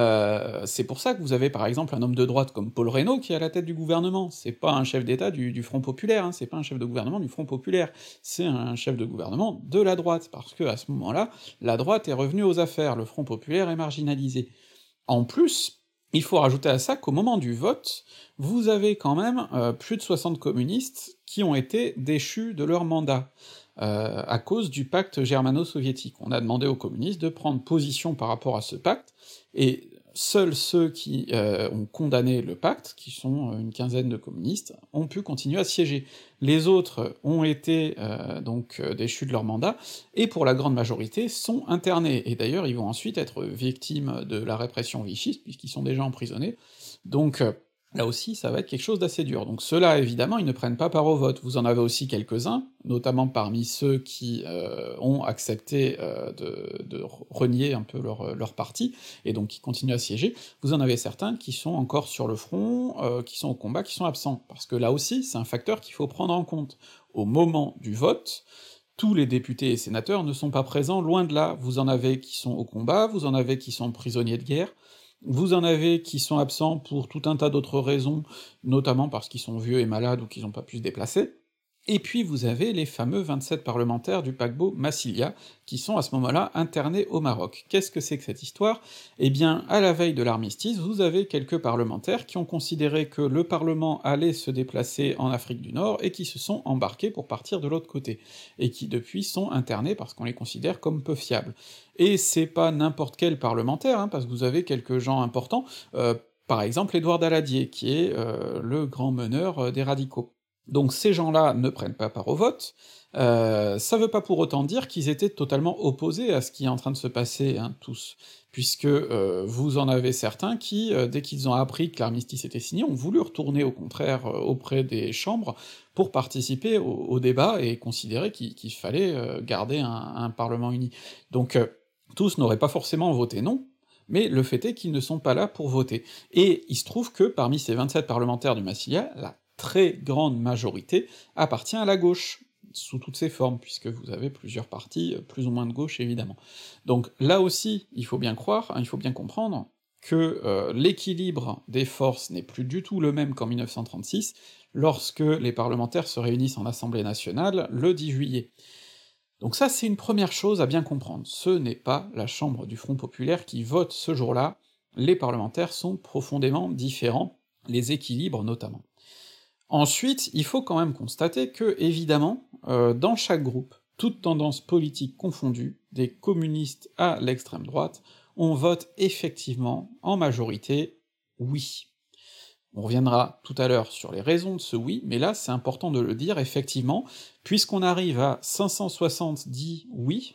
[SPEAKER 1] C'est pour ça que vous avez par exemple un homme de droite comme Paul Reynaud qui est à la tête du gouvernement, c'est pas un chef d'État du Front populaire, hein, c'est pas un chef de gouvernement du Front populaire, c'est un chef de gouvernement de la droite, parce que à ce moment-là, la droite est revenue aux affaires, le Front populaire est marginalisé. En plus, il faut rajouter à ça qu'au moment du vote, vous avez quand même plus de 60 communistes qui ont été déchus de leur mandat, à cause du pacte germano-soviétique. On a demandé aux communistes de prendre position par rapport à ce pacte, et seuls ceux qui ont condamné le pacte, qui sont une quinzaine de communistes, ont pu continuer à siéger. Les autres ont été donc déchus de leur mandat, et pour la grande majorité sont internés, et d'ailleurs ils vont ensuite être victimes de la répression vichyste, puisqu'ils sont déjà emprisonnés, donc là aussi ça va être quelque chose d'assez dur. Donc ceux-là, évidemment, ils ne prennent pas part au vote. Vous en avez aussi quelques-uns, notamment parmi ceux qui ont accepté de renier un peu leur parti, et donc qui continuent à siéger, vous en avez certains qui sont encore sur le front, qui sont au combat, qui sont absents, parce que là aussi, c'est un facteur qu'il faut prendre en compte. Au moment du vote, tous les députés et sénateurs ne sont pas présents, loin de là. Vous en avez qui sont au combat, vous en avez qui sont prisonniers de guerre, Vous en avez qui sont absents pour tout un tas d'autres raisons, notamment parce qu'ils sont vieux et malades ou qu'ils n'ont pas pu se déplacer. Et puis vous avez les fameux 27 parlementaires du paquebot Massilia, qui sont à ce moment-là internés au Maroc. Qu'est-ce que c'est que cette histoire? Eh bien, à la veille de l'armistice, vous avez quelques parlementaires qui ont considéré que le Parlement allait se déplacer en Afrique du Nord et qui se sont embarqués pour partir de l'autre côté, et qui depuis sont internés parce qu'on les considère comme peu fiables. Et c'est pas n'importe quel parlementaire, hein, parce que vous avez quelques gens importants, par exemple Édouard Daladier, qui est le grand meneur des radicaux. Donc ces gens-là ne prennent pas part au vote, ça veut pas pour autant dire qu'ils étaient totalement opposés à ce qui est en train de se passer, hein, tous. Puisque, vous en avez certains qui, dès qu'ils ont appris que l'armistice était signé, ont voulu retourner au contraire, auprès des chambres pour participer au débat et considérer qu'il fallait, garder un parlement uni. Donc, tous n'auraient pas forcément voté non, mais le fait est qu'ils ne sont pas là pour voter. Et il se trouve que parmi ces 27 parlementaires du Massilia, la très grande majorité appartient à la gauche, sous toutes ses formes, puisque vous avez plusieurs partis, plus ou moins de gauche évidemment. Donc là aussi, il faut bien croire, hein, il faut bien comprendre que l'équilibre des forces n'est plus du tout le même qu'en 1936, lorsque les parlementaires se réunissent en Assemblée nationale le 10 juillet. Donc ça, c'est une première chose à bien comprendre. Ce n'est pas la Chambre du Front populaire qui vote ce jour-là, les parlementaires sont profondément différents, les équilibres notamment. Ensuite, il faut quand même constater que, évidemment, dans chaque groupe, toutes tendances politiques confondues, des communistes à l'extrême droite, on vote effectivement, en majorité, oui. On reviendra tout à l'heure sur les raisons de ce oui, mais là c'est important de le dire, effectivement, puisqu'on arrive à 570 oui,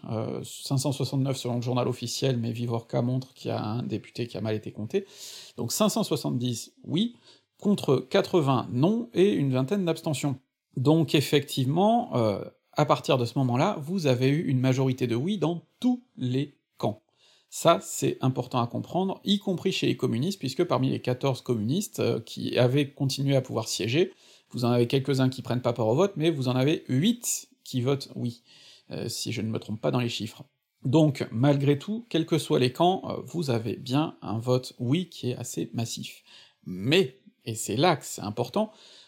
[SPEAKER 1] 569 selon le journal officiel, mais Vivorca montre qu'il y a un député qui a mal été compté, donc 570 oui, contre 80 non et une vingtaine d'abstentions. Donc effectivement, à partir de ce moment-là, vous avez eu une majorité de oui dans tous les camps. Ça, c'est important à comprendre, y compris chez les communistes, puisque parmi les 14 communistes qui avaient continué à pouvoir siéger, vous en avez quelques-uns qui prennent pas part au vote, mais vous en avez 8 qui votent oui, si je ne me trompe pas dans les chiffres. Donc, malgré tout, quels que soient les camps, vous avez bien un vote oui qui est assez massif. Mais, et c'est là que c'est important,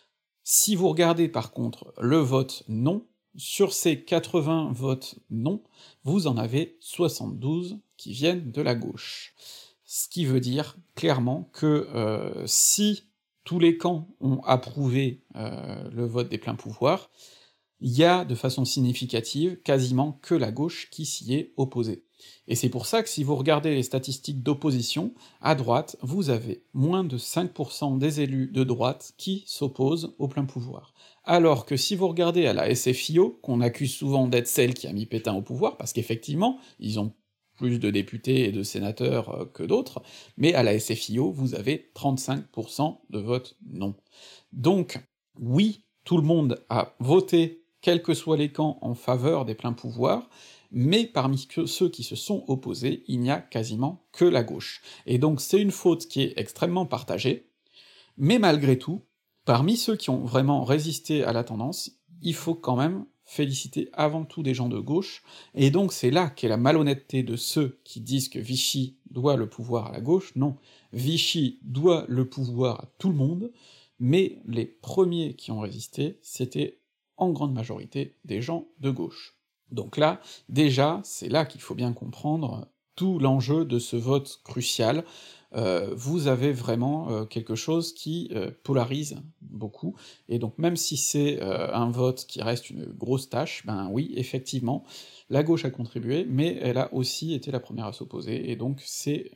[SPEAKER 1] si vous regardez par contre le vote non, sur ces 80 votes non, vous en avez 72 qui viennent de la gauche. Ce qui veut dire clairement que si tous les camps ont approuvé le vote des pleins pouvoirs, il y a de façon significative quasiment que la gauche qui s'y est opposée. Et c'est pour ça que si vous regardez les statistiques d'opposition, à droite, vous avez moins de 5% des élus de droite qui s'opposent au plein pouvoir. Alors que si vous regardez à la SFIO, qu'on accuse souvent d'être celle qui a mis Pétain au pouvoir, parce qu'effectivement, ils ont plus de députés et de sénateurs que d'autres, mais à la SFIO, vous avez 35% de vote non. Donc, oui, tout le monde a voté, quels que soient les camps, en faveur des pleins pouvoirs, mais parmi ceux qui se sont opposés, il n'y a quasiment que la gauche. Et donc c'est une faute qui est extrêmement partagée, mais malgré tout, parmi ceux qui ont vraiment résisté à la tendance, il faut quand même féliciter avant tout des gens de gauche, et donc c'est là qu'est la malhonnêteté de ceux qui disent que Vichy doit le pouvoir à la gauche. Non, Vichy doit le pouvoir à tout le monde, mais les premiers qui ont résisté, c'était en grande majorité des gens de gauche. Donc là, déjà, c'est là qu'il faut bien comprendre tout l'enjeu de ce vote crucial. Vous avez vraiment quelque chose qui polarise beaucoup, et donc même si c'est un vote qui reste une grosse tâche, ben oui, effectivement, la gauche a contribué, mais elle a aussi été la première à s'opposer, et donc c'est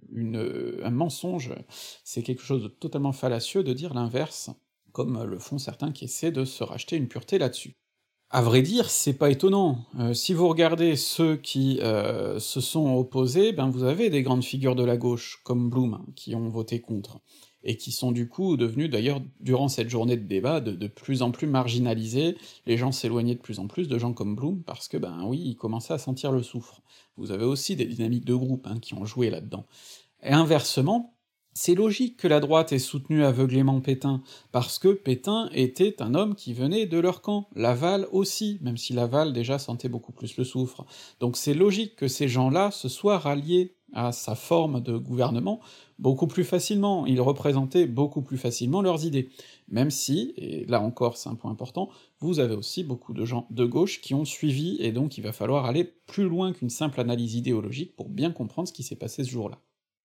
[SPEAKER 1] un mensonge, c'est quelque chose de totalement fallacieux de dire l'inverse, comme le font certains qui essaient de se racheter une pureté là-dessus. À vrai dire, c'est pas étonnant. Si vous regardez ceux qui se sont opposés, ben vous avez des grandes figures de la gauche, comme Blum, hein, qui ont voté contre, et qui sont du coup devenus d'ailleurs, durant cette journée de débat, de plus en plus marginalisés, les gens s'éloignaient de plus en plus de gens comme Blum, parce que ben oui, ils commençaient à sentir le soufre. Vous avez aussi des dynamiques de groupe hein, qui ont joué là-dedans. Et inversement, c'est logique que la droite ait soutenu aveuglément Pétain, parce que Pétain était un homme qui venait de leur camp, Laval aussi, même si Laval déjà sentait beaucoup plus le soufre. Donc c'est logique que ces gens-là se soient ralliés à sa forme de gouvernement beaucoup plus facilement, ils représentaient beaucoup plus facilement leurs idées. Même si, et là encore c'est un point important, vous avez aussi beaucoup de gens de gauche qui ont suivi, et donc il va falloir aller plus loin qu'une simple analyse idéologique pour bien comprendre ce qui s'est passé ce jour-là.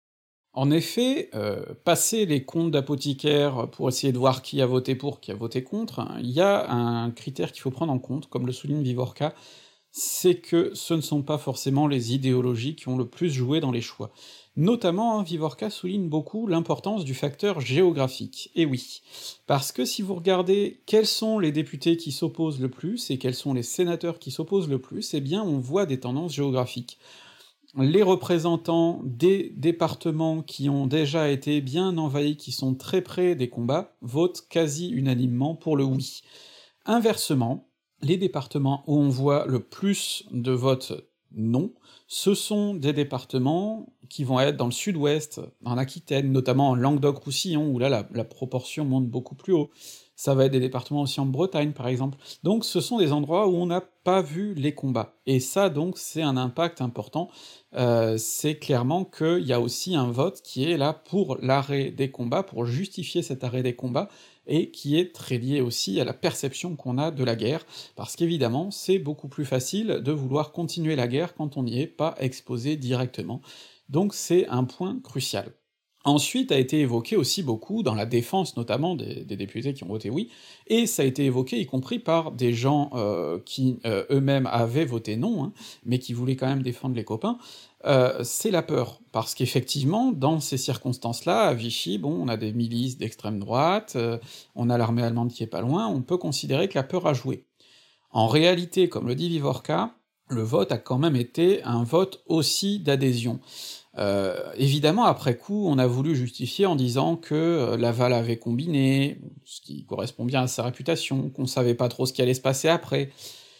[SPEAKER 1] En effet, passer les comptes d'apothicaire pour essayer de voir qui a voté pour, qui a voté contre, hein, il y a un critère qu'il faut prendre en compte, comme le souligne Vivorca, c'est que ce ne sont pas forcément les idéologies qui ont le plus joué dans les choix. Notamment, hein, Vivorca souligne beaucoup l'importance du facteur géographique. Et oui, parce que si vous regardez quels sont les députés qui s'opposent le plus et quels sont les sénateurs qui s'opposent le plus, eh bien on voit des tendances géographiques. Les représentants des départements qui ont déjà été bien envahis, qui sont très près des combats, votent quasi unanimement pour le oui. Inversement, les départements où on voit le plus de votes non, ce sont des départements qui vont être dans le sud-ouest, en Aquitaine, notamment en Languedoc-Roussillon, où là la proportion monte beaucoup plus haut. Ça va être des départements aussi en Bretagne, par exemple. Donc ce sont des endroits où on n'a pas vu les combats. Et ça, donc, c'est un impact important. C'est clairement qu'il y a aussi un vote qui est là pour l'arrêt des combats, pour justifier cet arrêt des combats, et qui est très lié aussi à la perception qu'on a de la guerre, parce qu'évidemment, c'est beaucoup plus facile de vouloir continuer la guerre quand on n'y est pas exposé directement. Donc c'est un point crucial. Ensuite a été évoqué aussi beaucoup, dans la défense notamment des députés qui ont voté oui, et ça a été évoqué y compris par des gens qui eux-mêmes avaient voté non, hein, mais qui voulaient quand même défendre les copains, c'est la peur. Parce qu'effectivement, dans ces circonstances-là, à Vichy, bon, on a des milices d'extrême droite, on a l'armée allemande qui est pas loin, on peut considérer que la peur a joué. En réalité, comme le dit Vivorca, le vote a quand même été un vote aussi d'adhésion. Évidemment, après coup, on a voulu justifier en disant que Laval avait combiné, ce qui correspond bien à sa réputation, qu'on savait pas trop ce qui allait se passer après.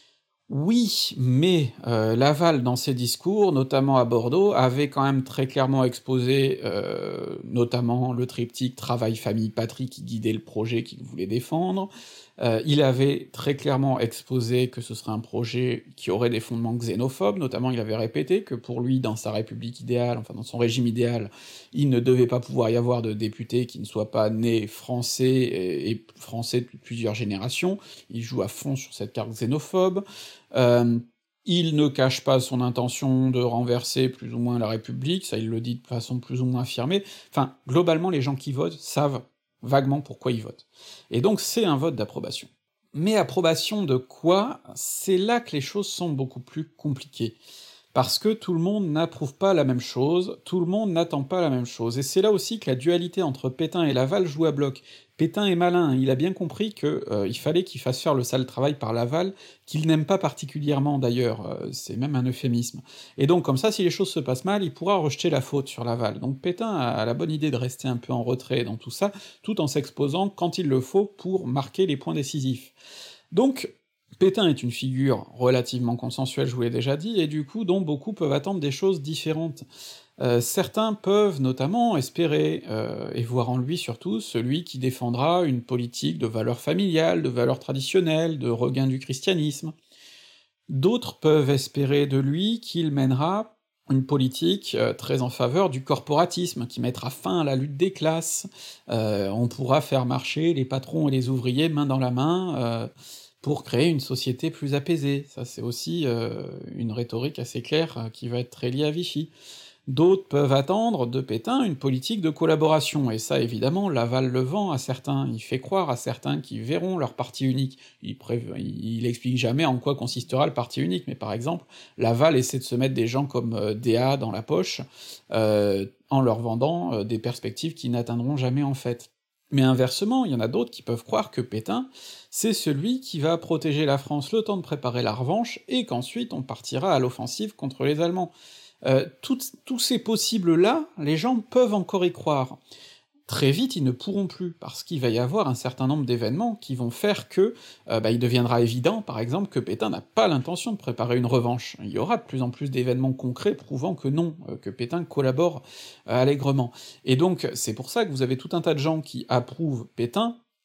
[SPEAKER 1] Oui, mais Laval, dans ses discours, notamment à Bordeaux, avait quand même très clairement exposé, notamment le triptyque travail, famille, patrie qui guidait le projet qu'il voulait défendre. Il avait très clairement exposé que ce serait un projet qui aurait des fondements xénophobes, notamment il avait répété que pour lui, dans sa république idéale, enfin dans son régime idéal, il ne devait pas pouvoir y avoir de députés qui ne soient pas nés français et français depuis plusieurs générations. Il joue à fond sur cette carte xénophobe. Il ne cache pas son intention de renverser plus ou moins la République, ça il le dit de façon plus ou moins affirmée. Enfin, globalement, les gens qui votent savent vaguement pourquoi ils votent. Et donc c'est un vote d'approbation. Mais approbation de quoi? C'est là que les choses sont beaucoup plus compliquées. Parce que tout le monde n'approuve pas la même chose, tout le monde n'attend pas la même chose, et c'est là aussi que la dualité entre Pétain et Laval joue à bloc. Pétain est malin, il a bien compris que il fallait qu'il fasse faire le sale travail par Laval, qu'il n'aime pas particulièrement d'ailleurs, c'est même un euphémisme. Et donc comme ça, si les choses se passent mal, il pourra rejeter la faute sur Laval. Donc Pétain a la bonne idée de rester un peu en retrait dans tout ça, tout en s'exposant quand il le faut pour marquer les points décisifs. Donc Pétain est une figure relativement consensuelle, je vous l'ai déjà dit, et du coup dont beaucoup peuvent attendre des choses différentes. Certains peuvent notamment espérer, et voir en lui surtout, celui qui défendra une politique de valeurs familiales, de valeurs traditionnelles, de regain du christianisme. D'autres peuvent espérer de lui qu'il mènera une politique très en faveur du corporatisme, qui mettra fin à la lutte des classes, on pourra faire marcher les patrons et les ouvriers main dans la main, pour créer une société plus apaisée. Ça c'est aussi une rhétorique assez claire qui va être très liée à Vichy. D'autres peuvent attendre de Pétain une politique de collaboration, et ça évidemment Laval le vend à certains, il fait croire à certains qui verront leur parti unique. Il explique jamais en quoi consistera le parti unique, mais par exemple, Laval essaie de se mettre des gens comme Déa dans la poche, en leur vendant des perspectives qui n'atteindront jamais en fait. Mais inversement, il y en a d'autres qui peuvent croire que Pétain, c'est celui qui va protéger la France le temps de préparer la revanche, et qu'ensuite on partira à l'offensive contre les Allemands. Tous ces possibles-là, les gens peuvent encore y croire. Très vite, ils ne pourront plus, parce qu'il va y avoir un certain nombre d'événements qui vont faire que il deviendra évident, par exemple, que Pétain n'a pas l'intention de préparer une revanche. Il y aura de plus en plus d'événements concrets prouvant que non, que Pétain collabore allègrement. Et donc, c'est pour ça que vous avez tout un tas de gens qui approuvent Pétain,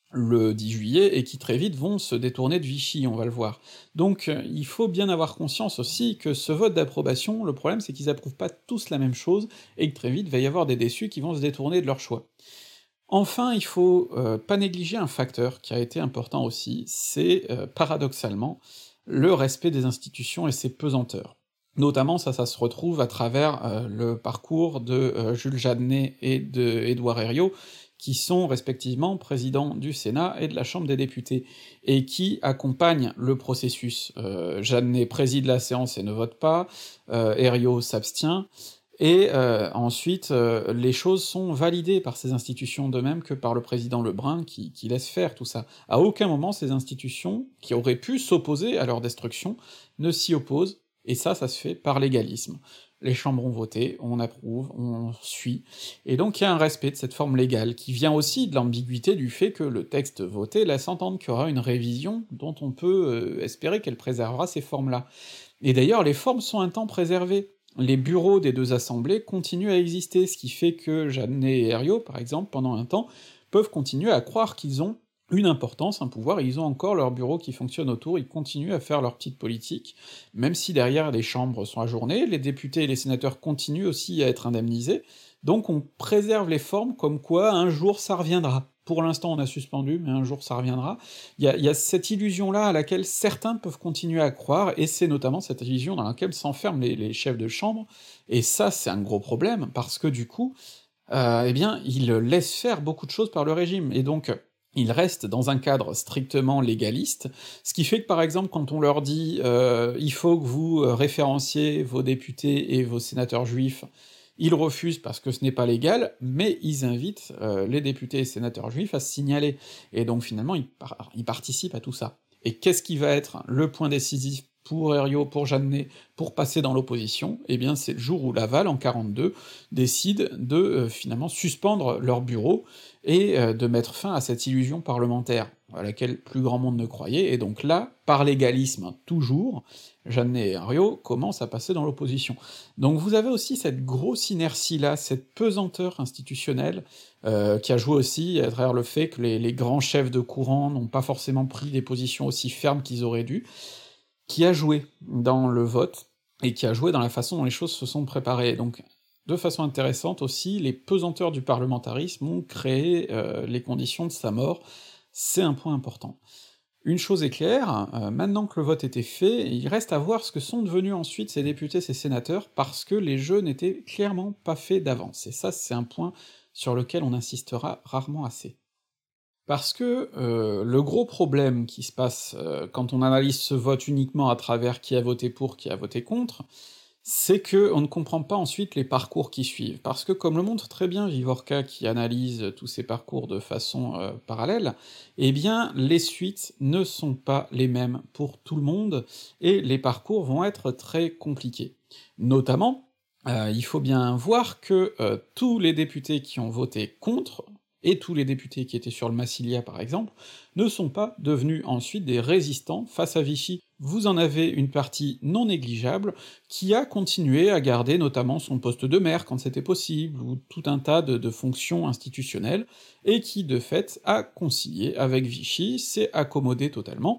[SPEAKER 1] le 10 juillet, et qui très vite vont se détourner de Vichy, on va le voir. Donc il faut bien avoir conscience aussi que ce vote d'approbation, le problème c'est qu'ils approuvent pas tous la même chose, et que très vite va y avoir des déçus qui vont se détourner de leur choix. Enfin, il faut pas négliger un facteur qui a été important aussi, c'est paradoxalement le respect des institutions et ses pesanteurs. Notamment ça se retrouve à travers le parcours de Jules Jeanneney et de Édouard Herriot, qui sont respectivement présidents du Sénat et de la Chambre des députés, et qui accompagnent le processus. Jeanneney préside la séance et ne vote pas, Herriot s'abstient, et ensuite, les choses sont validées par ces institutions, de même que par le président Lebrun qui laisse faire tout ça. À aucun moment ces institutions, qui auraient pu s'opposer à leur destruction, ne s'y opposent, et ça se fait par légalisme. Les chambres ont voté, on approuve, on suit, et donc il y a un respect de cette forme légale, qui vient aussi de l'ambiguïté du fait que le texte voté laisse entendre qu'il y aura une révision dont on peut espérer qu'elle préservera ces formes-là. Et d'ailleurs, les formes sont un temps préservées. Les bureaux des deux assemblées continuent à exister, ce qui fait que Jeanneney et Herriot, par exemple, pendant un temps, peuvent continuer à croire qu'ils ont une importance, un pouvoir, et ils ont encore leur bureau qui fonctionne autour, ils continuent à faire leur petite politique, même si derrière les chambres sont ajournées, les députés et les sénateurs continuent aussi à être indemnisés, donc on préserve les formes comme quoi un jour ça reviendra. Pour l'instant on a suspendu, mais un jour ça reviendra. Il y a cette illusion-là à laquelle certains peuvent continuer à croire, et c'est notamment cette illusion dans laquelle s'enferment les chefs de chambre, et ça c'est un gros problème, parce que du coup, eh bien, ils laissent faire beaucoup de choses par le régime, et donc ils restent dans un cadre strictement légaliste, ce qui fait que par exemple quand on leur dit il faut que vous référenciez vos députés et vos sénateurs juifs, ils refusent parce que ce n'est pas légal, mais ils invitent les députés et sénateurs juifs à se signaler, et donc finalement ils participent à tout ça. Et qu'est-ce qui va être le point décisif pour Herriot, pour Jeanneney, pour passer dans l'opposition? Eh bien c'est le jour où Laval, en 42, décide de finalement suspendre leur bureau, et de mettre fin à cette illusion parlementaire, à laquelle plus grand monde ne croyait, et donc là, par légalisme toujours, Jeanneney et Herriot commencent à passer dans l'opposition. Donc vous avez aussi cette grosse inertie-là, cette pesanteur institutionnelle, qui a joué aussi à travers le fait que les grands chefs de courant n'ont pas forcément pris des positions aussi fermes qu'ils auraient dû, qui a joué dans le vote, et qui a joué dans la façon dont les choses se sont préparées. Donc de façon intéressante aussi, les pesanteurs du parlementarisme ont créé les conditions de sa mort, c'est un point important. Une chose est claire, maintenant que le vote était fait, il reste à voir ce que sont devenus ensuite ces députés, ces sénateurs, parce que les jeux n'étaient clairement pas faits d'avance, et ça c'est un point sur lequel on insistera rarement assez. Parce que le gros problème qui se passe quand on analyse ce vote uniquement à travers qui a voté pour, qui a voté contre, c'est que on ne comprend pas ensuite les parcours qui suivent. Parce que comme le montre très bien Vivorka qui analyse tous ces parcours de façon parallèle, eh bien les suites ne sont pas les mêmes pour tout le monde, et les parcours vont être très compliqués. Notamment, il faut bien voir que tous les députés qui ont voté contre, et tous les députés qui étaient sur le Massilia par exemple, ne sont pas devenus ensuite des résistants face à Vichy. Vous en avez une partie non négligeable qui a continué à garder notamment son poste de maire quand c'était possible, ou tout un tas de fonctions institutionnelles, et qui de fait a concilié avec Vichy, s'est accommodé totalement,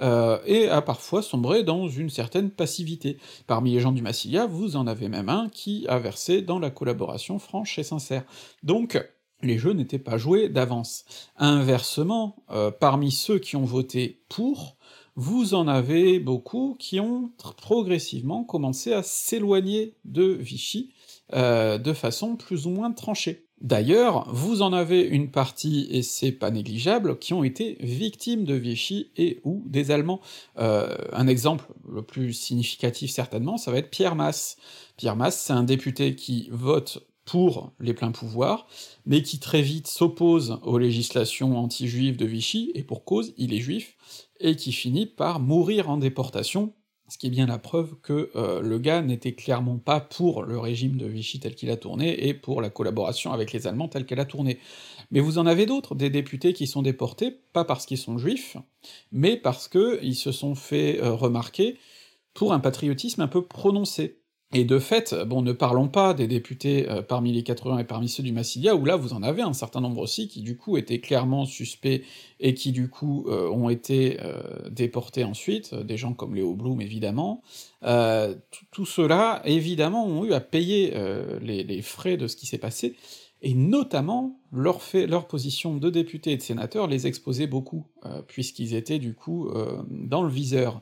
[SPEAKER 1] et a parfois sombré dans une certaine passivité. Parmi les gens du Massilia, vous en avez même un qui a versé dans la collaboration franche et sincère. Donc, les jeux n'étaient pas joués d'avance. Inversement, parmi ceux qui ont voté pour, vous en avez beaucoup qui ont progressivement commencé à s'éloigner de Vichy, de façon plus ou moins tranchée. D'ailleurs, vous en avez une partie, et c'est pas négligeable, qui ont été victimes de Vichy et ou des Allemands. Un exemple le plus significatif certainement, ça va être Pierre Masse. Pierre Masse, c'est un député qui vote pour les pleins pouvoirs, mais qui très vite s'oppose aux législations anti-juives de Vichy, et pour cause, il est juif, et qui finit par mourir en déportation, ce qui est bien la preuve que le gars n'était clairement pas pour le régime de Vichy tel qu'il a tourné, et pour la collaboration avec les Allemands telle qu'elle a tourné. Mais vous en avez d'autres, des députés qui sont déportés, pas parce qu'ils sont juifs, mais parce que ils se sont fait remarquer pour un patriotisme un peu prononcé. Et de fait, bon, ne parlons pas des députés, parmi les 80 et parmi ceux du Massilia, où là, vous en avez un certain nombre aussi qui, du coup, étaient clairement suspects et qui, du coup, ont été, déportés ensuite, des gens comme Léo Blum, évidemment. Tous ceux-là, évidemment, ont eu à payer, les frais de ce qui s'est passé, et notamment, leur position de députés et de sénateurs les exposait beaucoup, puisqu'ils étaient, du coup, dans le viseur.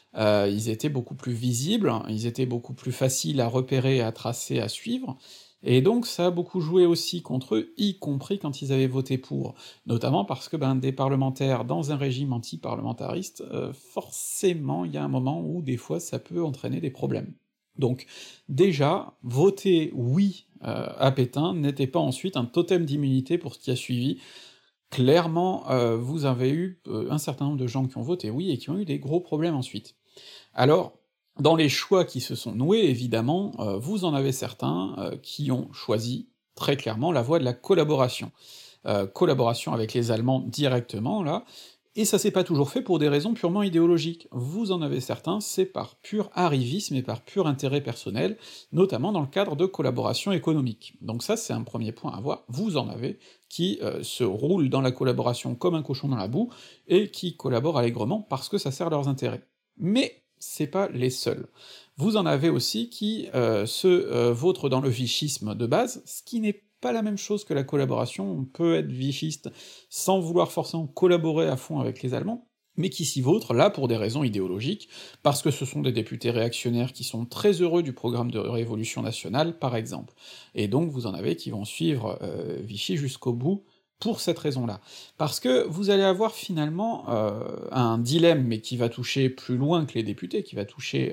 [SPEAKER 1] Ils étaient beaucoup plus visibles, ils étaient beaucoup plus faciles à repérer, à tracer, à suivre, et donc ça a beaucoup joué aussi contre eux, y compris quand ils avaient voté pour. Notamment parce que, ben, des parlementaires dans un régime anti-parlementariste, forcément, il y a un moment où des fois ça peut entraîner des problèmes. Donc déjà, voter oui, à Pétain n'était pas ensuite un totem d'immunité pour ce qui a suivi. Clairement, vous avez eu, un certain nombre de gens qui ont voté oui et qui ont eu des gros problèmes ensuite. Alors, dans les choix qui se sont noués, évidemment, vous en avez certains, qui ont choisi très clairement la voie de la collaboration. Collaboration avec les Allemands directement, là, et ça s'est pas toujours fait pour des raisons purement idéologiques. Vous en avez certains, c'est par pur arrivisme et par pur intérêt personnel, notamment dans le cadre de collaboration économique. Donc ça, c'est un premier point à voir. Vous en avez qui se roulent dans la collaboration comme un cochon dans la boue, et qui collaborent allègrement parce que ça sert leurs intérêts. Mais c'est pas les seuls. Vous en avez aussi qui se vautrent dans le vichisme de base, ce qui n'est pas la même chose que la collaboration, on peut être vichiste sans vouloir forcément collaborer à fond avec les Allemands, mais qui s'y vautrent, là, pour des raisons idéologiques, parce que ce sont des députés réactionnaires qui sont très heureux du programme de révolution nationale, par exemple. Et donc vous en avez qui vont suivre Vichy jusqu'au bout, pour cette raison-là. Parce que vous allez avoir finalement un dilemme, mais qui va toucher plus loin que les députés, qui va toucher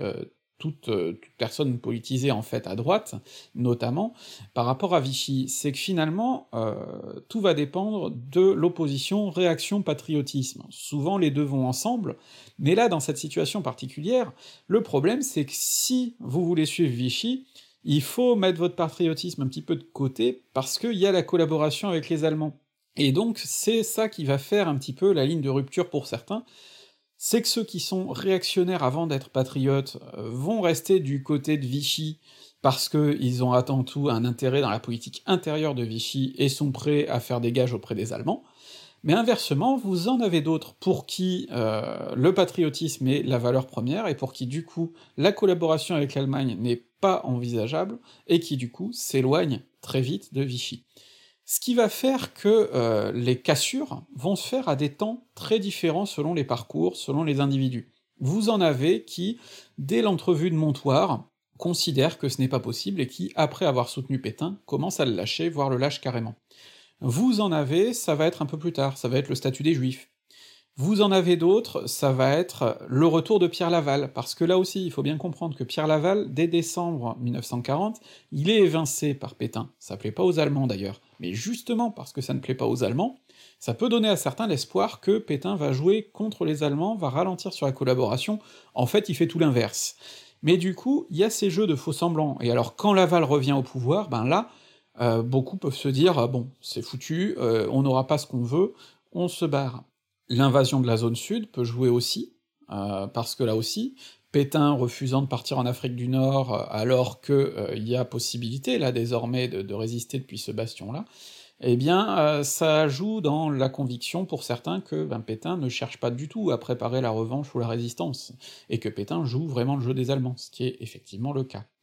[SPEAKER 1] toute personne politisée en fait à droite, notamment, par rapport à Vichy, c'est que finalement, tout va dépendre de l'opposition réaction-patriotisme. Souvent les deux vont ensemble, mais là, dans cette situation particulière, le problème c'est que si vous voulez suivre Vichy, il faut mettre votre patriotisme un petit peu de côté, parce qu'il y a la collaboration avec les Allemands. Et donc c'est ça qui va faire un petit peu la ligne de rupture pour certains, c'est que ceux qui sont réactionnaires avant d'être patriotes vont rester du côté de Vichy, parce qu'ils ont avant tout un intérêt dans la politique intérieure de Vichy et sont prêts à faire des gages auprès des Allemands, mais inversement, vous en avez d'autres pour qui le patriotisme est la valeur première, et pour qui du coup la collaboration avec l'Allemagne n'est pas envisageable, et qui du coup s'éloignent très vite de Vichy. Ce qui va faire que les cassures vont se faire à des temps très différents selon les parcours, selon les individus. Vous en avez qui, dès l'entrevue de Montoire, considèrent que ce n'est pas possible et qui, après avoir soutenu Pétain, commencent à le lâcher, voire le lâchent carrément. Vous en avez, ça va être un peu plus tard, ça va être le statut des Juifs. Vous en avez d'autres, ça va être le retour de Pierre Laval, parce que là aussi, il faut bien comprendre que Pierre Laval, dès décembre 1940, il est évincé par Pétain. Ça plaît pas aux Allemands d'ailleurs, mais justement parce que ça ne plaît pas aux Allemands, ça peut donner à certains l'espoir que Pétain va jouer contre les Allemands, va ralentir sur la collaboration, en fait il fait tout l'inverse. Mais du coup, il y a ces jeux de faux-semblants, et alors quand Laval revient au pouvoir, ben là, beaucoup peuvent se dire ah bon, c'est foutu, on n'aura pas ce qu'on veut, on se barre. L'invasion de la zone sud peut jouer aussi, parce que là aussi, Pétain refusant de partir en Afrique du Nord, alors que il y a possibilité là désormais de résister depuis ce bastion-là, eh bien ça joue dans la conviction pour certains que ben, Pétain ne cherche pas du tout à préparer la revanche ou la résistance, et que Pétain joue vraiment le jeu des Allemands, ce qui est effectivement le cas.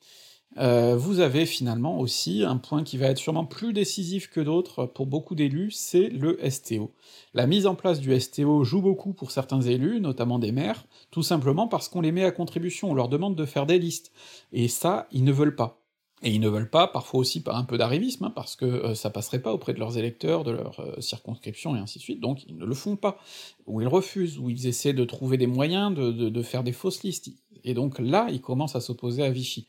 [SPEAKER 1] Vous avez finalement aussi un point qui va être sûrement plus décisif que d'autres pour beaucoup d'élus, c'est le STO. La mise en place du STO joue beaucoup pour certains élus, notamment des maires, tout simplement parce qu'on les met à contribution, on leur demande de faire des listes, et ça, ils ne veulent pas. Et ils ne veulent pas, parfois aussi par un peu d'arrivisme, hein, parce que ça passerait pas auprès de leurs électeurs, de leur circonscription, et ainsi de suite, donc ils ne le font pas, ou ils refusent, ou ils essaient de trouver des moyens de faire des fausses listes, et donc là, ils commencent à s'opposer à Vichy.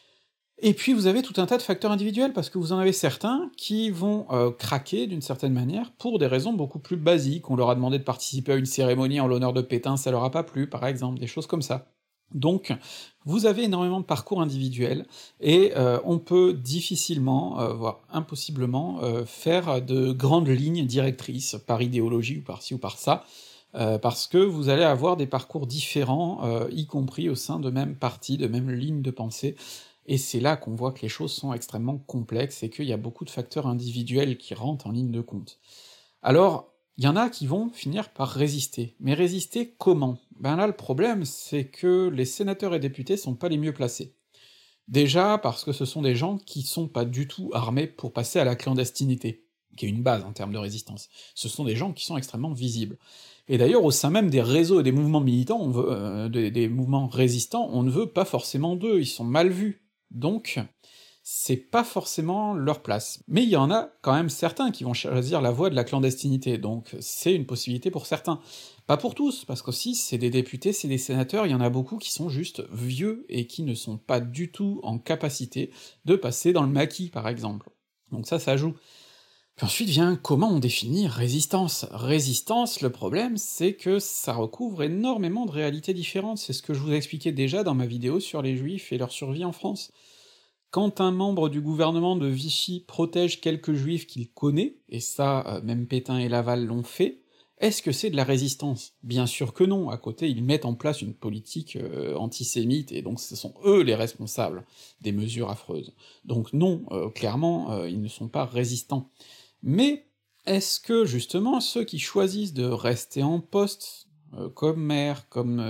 [SPEAKER 1] Et puis vous avez tout un tas de facteurs individuels, parce que vous en avez certains qui vont craquer d'une certaine manière pour des raisons beaucoup plus basiques. On leur a demandé de participer à une cérémonie en l'honneur de Pétain, ça leur a pas plu, par exemple, des choses comme ça. Donc, vous avez énormément de parcours individuels, et on peut difficilement, voire impossiblement, faire de grandes lignes directrices, par idéologie ou par ci ou par ça, parce que vous allez avoir des parcours différents, y compris au sein de même partis, de même lignes de pensée, et c'est là qu'on voit que les choses sont extrêmement complexes et qu'il y a beaucoup de facteurs individuels qui rentrent en ligne de compte. Alors, il y en a qui vont finir par résister, mais résister comment? Ben là, le problème, c'est que les sénateurs et députés sont pas les mieux placés. Déjà parce que ce sont des gens qui sont pas du tout armés pour passer à la clandestinité, qui est une base en termes de résistance. Ce sont des gens qui sont extrêmement visibles. Et d'ailleurs, au sein même des réseaux et des mouvements militants, on veut, des mouvements résistants, on ne veut pas forcément d'eux, ils sont mal vus. Donc, c'est pas forcément leur place. Mais il y en a quand même certains qui vont choisir la voie de la clandestinité, donc c'est une possibilité pour certains. Pas pour tous, parce qu'aussi c'est des députés, c'est des sénateurs, il y en a beaucoup qui sont juste vieux et qui ne sont pas du tout en capacité de passer dans le maquis, par exemple. Donc ça joue. Puis ensuite vient comment on définit résistance. Résistance, le problème, c'est que ça recouvre énormément de réalités différentes, c'est ce que je vous ai expliqué déjà dans ma vidéo sur les juifs et leur survie en France. Quand un membre du gouvernement de Vichy protège quelques juifs qu'il connaît, et ça, même Pétain et Laval l'ont fait, est-ce que c'est de la résistance? Bien sûr que non, à côté ils mettent en place une politique antisémite, et donc ce sont eux les responsables des mesures affreuses. Donc non, clairement, ils ne sont pas résistants. Mais est-ce que justement ceux qui choisissent de rester en poste, comme maire,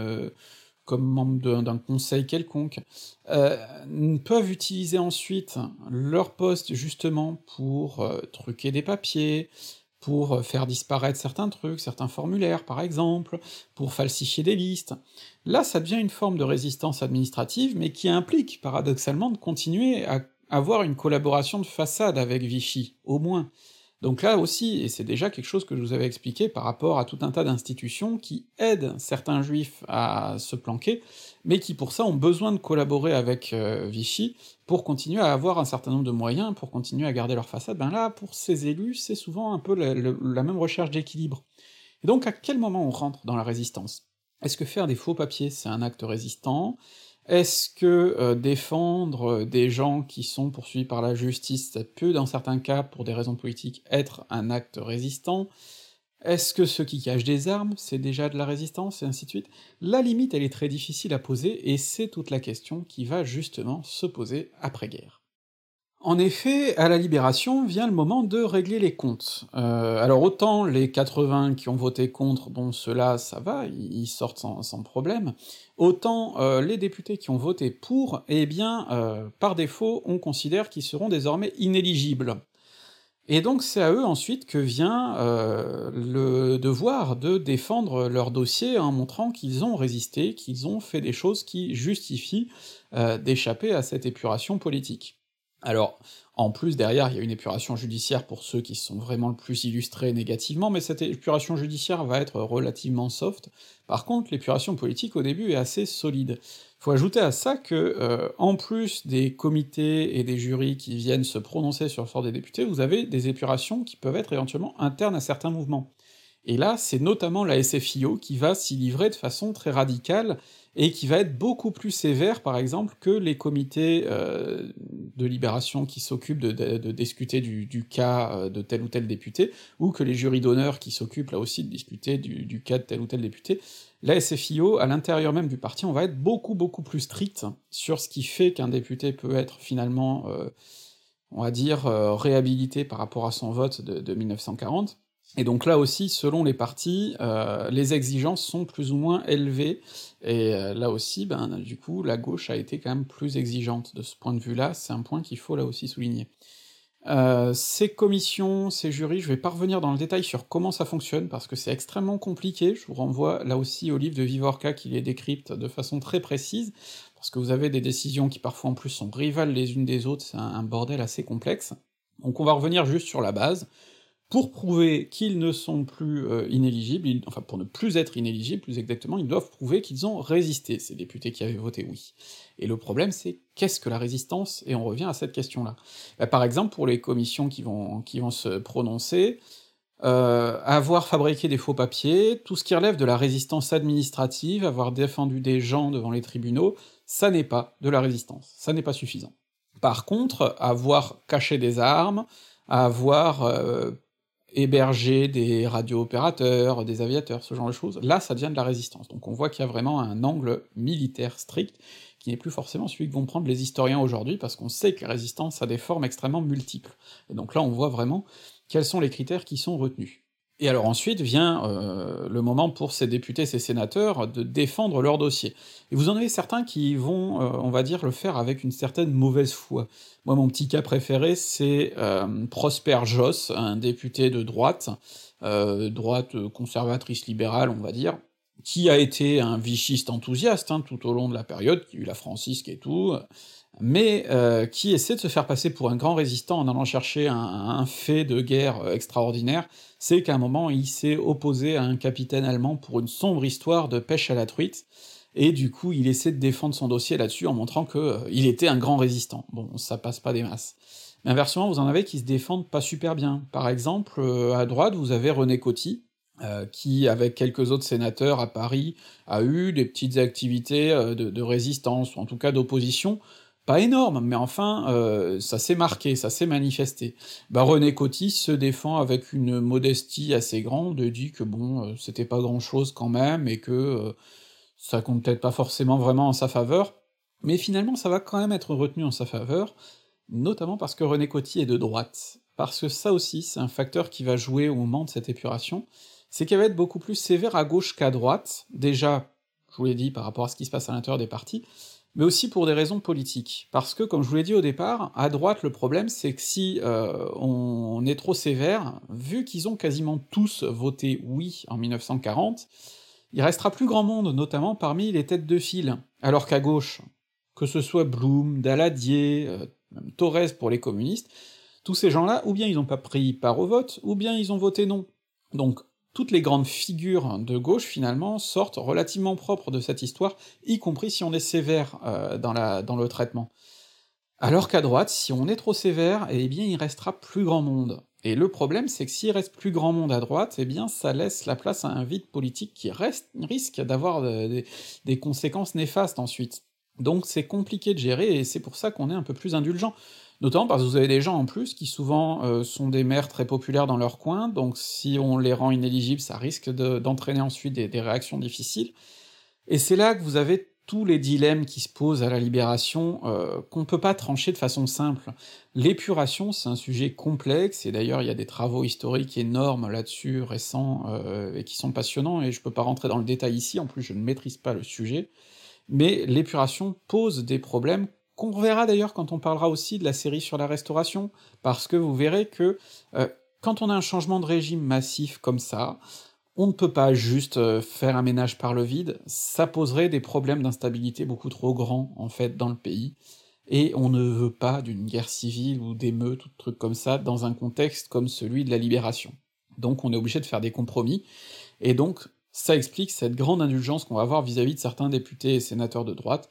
[SPEAKER 1] comme membre d'un conseil quelconque, peuvent utiliser ensuite leur poste justement pour truquer des papiers, pour faire disparaître certains trucs, certains formulaires par exemple, pour falsifier des listes. Là, ça devient une forme de résistance administrative, mais qui implique paradoxalement de continuer à avoir une collaboration de façade avec Vichy, au moins. Donc là aussi, et c'est déjà quelque chose que je vous avais expliqué par rapport à tout un tas d'institutions qui aident certains juifs à se planquer, mais qui pour ça ont besoin de collaborer avec Vichy pour continuer à avoir un certain nombre de moyens, pour continuer à garder leur façade, ben là, pour ces élus, c'est souvent un peu la même recherche d'équilibre. Et donc à quel moment on rentre dans la résistance? Est-ce que faire des faux papiers, c'est un acte résistant? Est-ce que défendre des gens qui sont poursuivis par la justice, ça peut, dans certains cas, pour des raisons politiques, être un acte résistant? Est-ce que ceux qui cachent des armes, c'est déjà de la résistance, et ainsi de suite? La limite, elle est très difficile à poser, et c'est toute la question qui va justement se poser après-guerre. En effet, à la Libération vient le moment de régler les comptes. Alors autant les 80 qui ont voté contre, bon ceux-là ça va, ils sortent sans problème, autant les députés qui ont voté pour, eh bien, par défaut, on considère qu'ils seront désormais inéligibles. Et donc c'est à eux ensuite que vient le devoir de défendre leur dossier en montrant qu'ils ont résisté, qu'ils ont fait des choses qui justifient d'échapper à cette épuration politique. Alors, en plus, derrière, il y a une épuration judiciaire pour ceux qui sont vraiment le plus illustrés négativement, mais cette épuration judiciaire va être relativement soft. Par contre, l'épuration politique, au début, est assez solide. Faut ajouter à ça que, en plus des comités et des jurys qui viennent se prononcer sur le sort des députés, vous avez des épurations qui peuvent être éventuellement internes à certains mouvements. Et là, c'est notamment la SFIO qui va s'y livrer de façon très radicale, et qui va être beaucoup plus sévère, par exemple, que les comités de libération qui s'occupent de discuter du cas de tel ou tel député, ou que les jurys d'honneur qui s'occupent là aussi de discuter du cas de tel ou tel député. La SFIO, à l'intérieur même du parti, on va être beaucoup plus strict sur ce qui fait qu'un député peut être finalement, on va dire, réhabilité par rapport à son vote de 1940, et donc là aussi, selon les partis, les exigences sont plus ou moins élevées, et là aussi, ben, du coup, la gauche a été quand même plus exigeante de ce point de vue-là, c'est un point qu'il faut là aussi souligner. Ces commissions, ces jurys, je vais pas revenir dans le détail sur comment ça fonctionne, parce que c'est extrêmement compliqué, je vous renvoie là aussi au livre de Vivorca qui les décrypte de façon très précise, parce que vous avez des décisions qui parfois en plus sont rivales les unes des autres, c'est un bordel assez complexe. Donc on va revenir juste sur la base. Pour prouver qu'ils ne sont plus inéligibles, enfin pour ne plus être inéligibles, plus exactement, ils doivent prouver qu'ils ont résisté, ces députés qui avaient voté oui. Et le problème c'est, qu'est-ce que la résistance? Et on revient à cette question-là. Bah, par exemple, pour les commissions qui vont se prononcer, avoir fabriqué des faux papiers, tout ce qui relève de la résistance administrative, avoir défendu des gens devant les tribunaux, ça n'est pas de la résistance, ça n'est pas suffisant. Par contre, avoir caché des armes, avoir héberger des radio-opérateurs, des aviateurs, ce genre de choses, là ça devient de la résistance. Donc on voit qu'il y a vraiment un angle militaire strict qui n'est plus forcément celui que vont prendre les historiens aujourd'hui, parce qu'on sait que la résistance a des formes extrêmement multiples. Et donc là, on voit vraiment quels sont les critères qui sont retenus. Et alors ensuite vient le moment pour ces députés, ces sénateurs, de défendre leur dossier. Et vous en avez certains qui vont, on va dire, le faire avec une certaine mauvaise foi. Moi, mon petit cas préféré, c'est Prosper Josse, un député de droite conservatrice libérale, on va dire, qui a été un vichiste enthousiaste, hein, tout au long de la période, qui a eu la Francisque et tout, mais qui essaie de se faire passer pour un grand résistant en allant chercher un fait de guerre extraordinaire, c'est qu'à un moment, il s'est opposé à un capitaine allemand pour une sombre histoire de pêche à la truite, et du coup, il essaie de défendre son dossier là-dessus en montrant que il était un grand résistant. Bon, ça passe pas des masses. Mais inversement, vous en avez qui se défendent pas super bien. Par exemple, à droite, vous avez René Coty, qui, avec quelques autres sénateurs à Paris, a eu des petites activités de résistance, ou en tout cas d'opposition, pas énorme, mais enfin, ça s'est marqué, ça s'est manifesté. Bah, René Coty se défend avec une modestie assez grande, et dit que bon, c'était pas grand-chose quand même, et que ça compte peut-être pas forcément vraiment en sa faveur, mais finalement ça va quand même être retenu en sa faveur, notamment parce que René Coty est de droite. Parce que ça aussi, c'est un facteur qui va jouer au moment de cette épuration, c'est qu'elle va être beaucoup plus sévère à gauche qu'à droite, déjà, je vous l'ai dit, par rapport à ce qui se passe à l'intérieur des partis, mais aussi pour des raisons politiques. Parce que, comme je vous l'ai dit au départ, à droite, le problème, c'est que si on est trop sévère, vu qu'ils ont quasiment tous voté oui en 1940, il restera plus grand monde, notamment parmi les têtes de file, alors qu'à gauche, que ce soit Blum, Daladier, même Thorez pour les communistes, tous ces gens-là, ou bien ils ont pas pris part au vote, ou bien ils ont voté non. Donc, toutes les grandes figures de gauche, finalement, sortent relativement propres de cette histoire, y compris si on est sévère dans le traitement. Alors qu'à droite, si on est trop sévère, eh bien il restera plus grand monde. Et le problème, c'est que s'il reste plus grand monde à droite, eh bien ça laisse la place à un vide politique qui risque d'avoir des conséquences néfastes ensuite. Donc c'est compliqué de gérer, et c'est pour ça qu'on est un peu plus indulgent. Notamment parce que vous avez des gens en plus qui souvent sont des maires très populaires dans leur coin, donc si on les rend inéligibles, ça risque d'entraîner ensuite des réactions difficiles. Et c'est là que vous avez tous les dilemmes qui se posent à la Libération, qu'on peut pas trancher de façon simple. L'épuration, c'est un sujet complexe, et d'ailleurs il y a des travaux historiques énormes là-dessus, récents, et qui sont passionnants, et je peux pas rentrer dans le détail ici, en plus je ne maîtrise pas le sujet, mais l'épuration pose des problèmes qu'on reverra d'ailleurs quand on parlera aussi de la série sur la Restauration, parce que vous verrez que, quand on a un changement de régime massif comme ça, on ne peut pas juste faire un ménage par le vide, ça poserait des problèmes d'instabilité beaucoup trop grands, en fait, dans le pays, et on ne veut pas d'une guerre civile ou d'émeutes ou de trucs comme ça dans un contexte comme celui de la Libération. Donc on est obligé de faire des compromis, et donc ça explique cette grande indulgence qu'on va avoir vis-à-vis de certains députés et sénateurs de droite.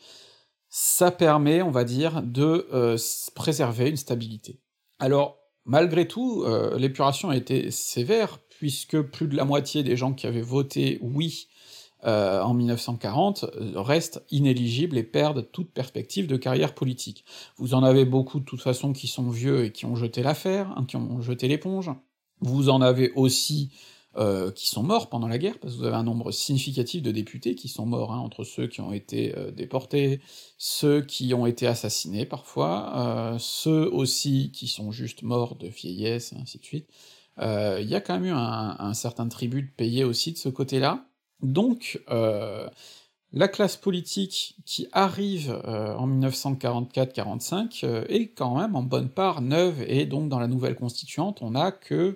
[SPEAKER 1] Ça permet, on va dire, de préserver une stabilité. Alors, malgré tout, l'épuration a été sévère, puisque plus de la moitié des gens qui avaient voté oui en 1940 restent inéligibles et perdent toute perspective de carrière politique. Vous en avez beaucoup de toute façon qui sont vieux et qui ont jeté l'affaire, hein, qui ont jeté l'éponge. Vous en avez aussi qui sont morts pendant la guerre, parce que vous avez un nombre significatif de députés qui sont morts, hein, entre ceux qui ont été déportés, ceux qui ont été assassinés parfois, ceux aussi qui sont juste morts de vieillesse, et ainsi de suite. Il y a quand même eu un certain tribut de payer aussi de ce côté-là. Donc, la classe politique qui arrive en 1944-45 est quand même en bonne part neuve, et donc dans la nouvelle constituante, on n'a que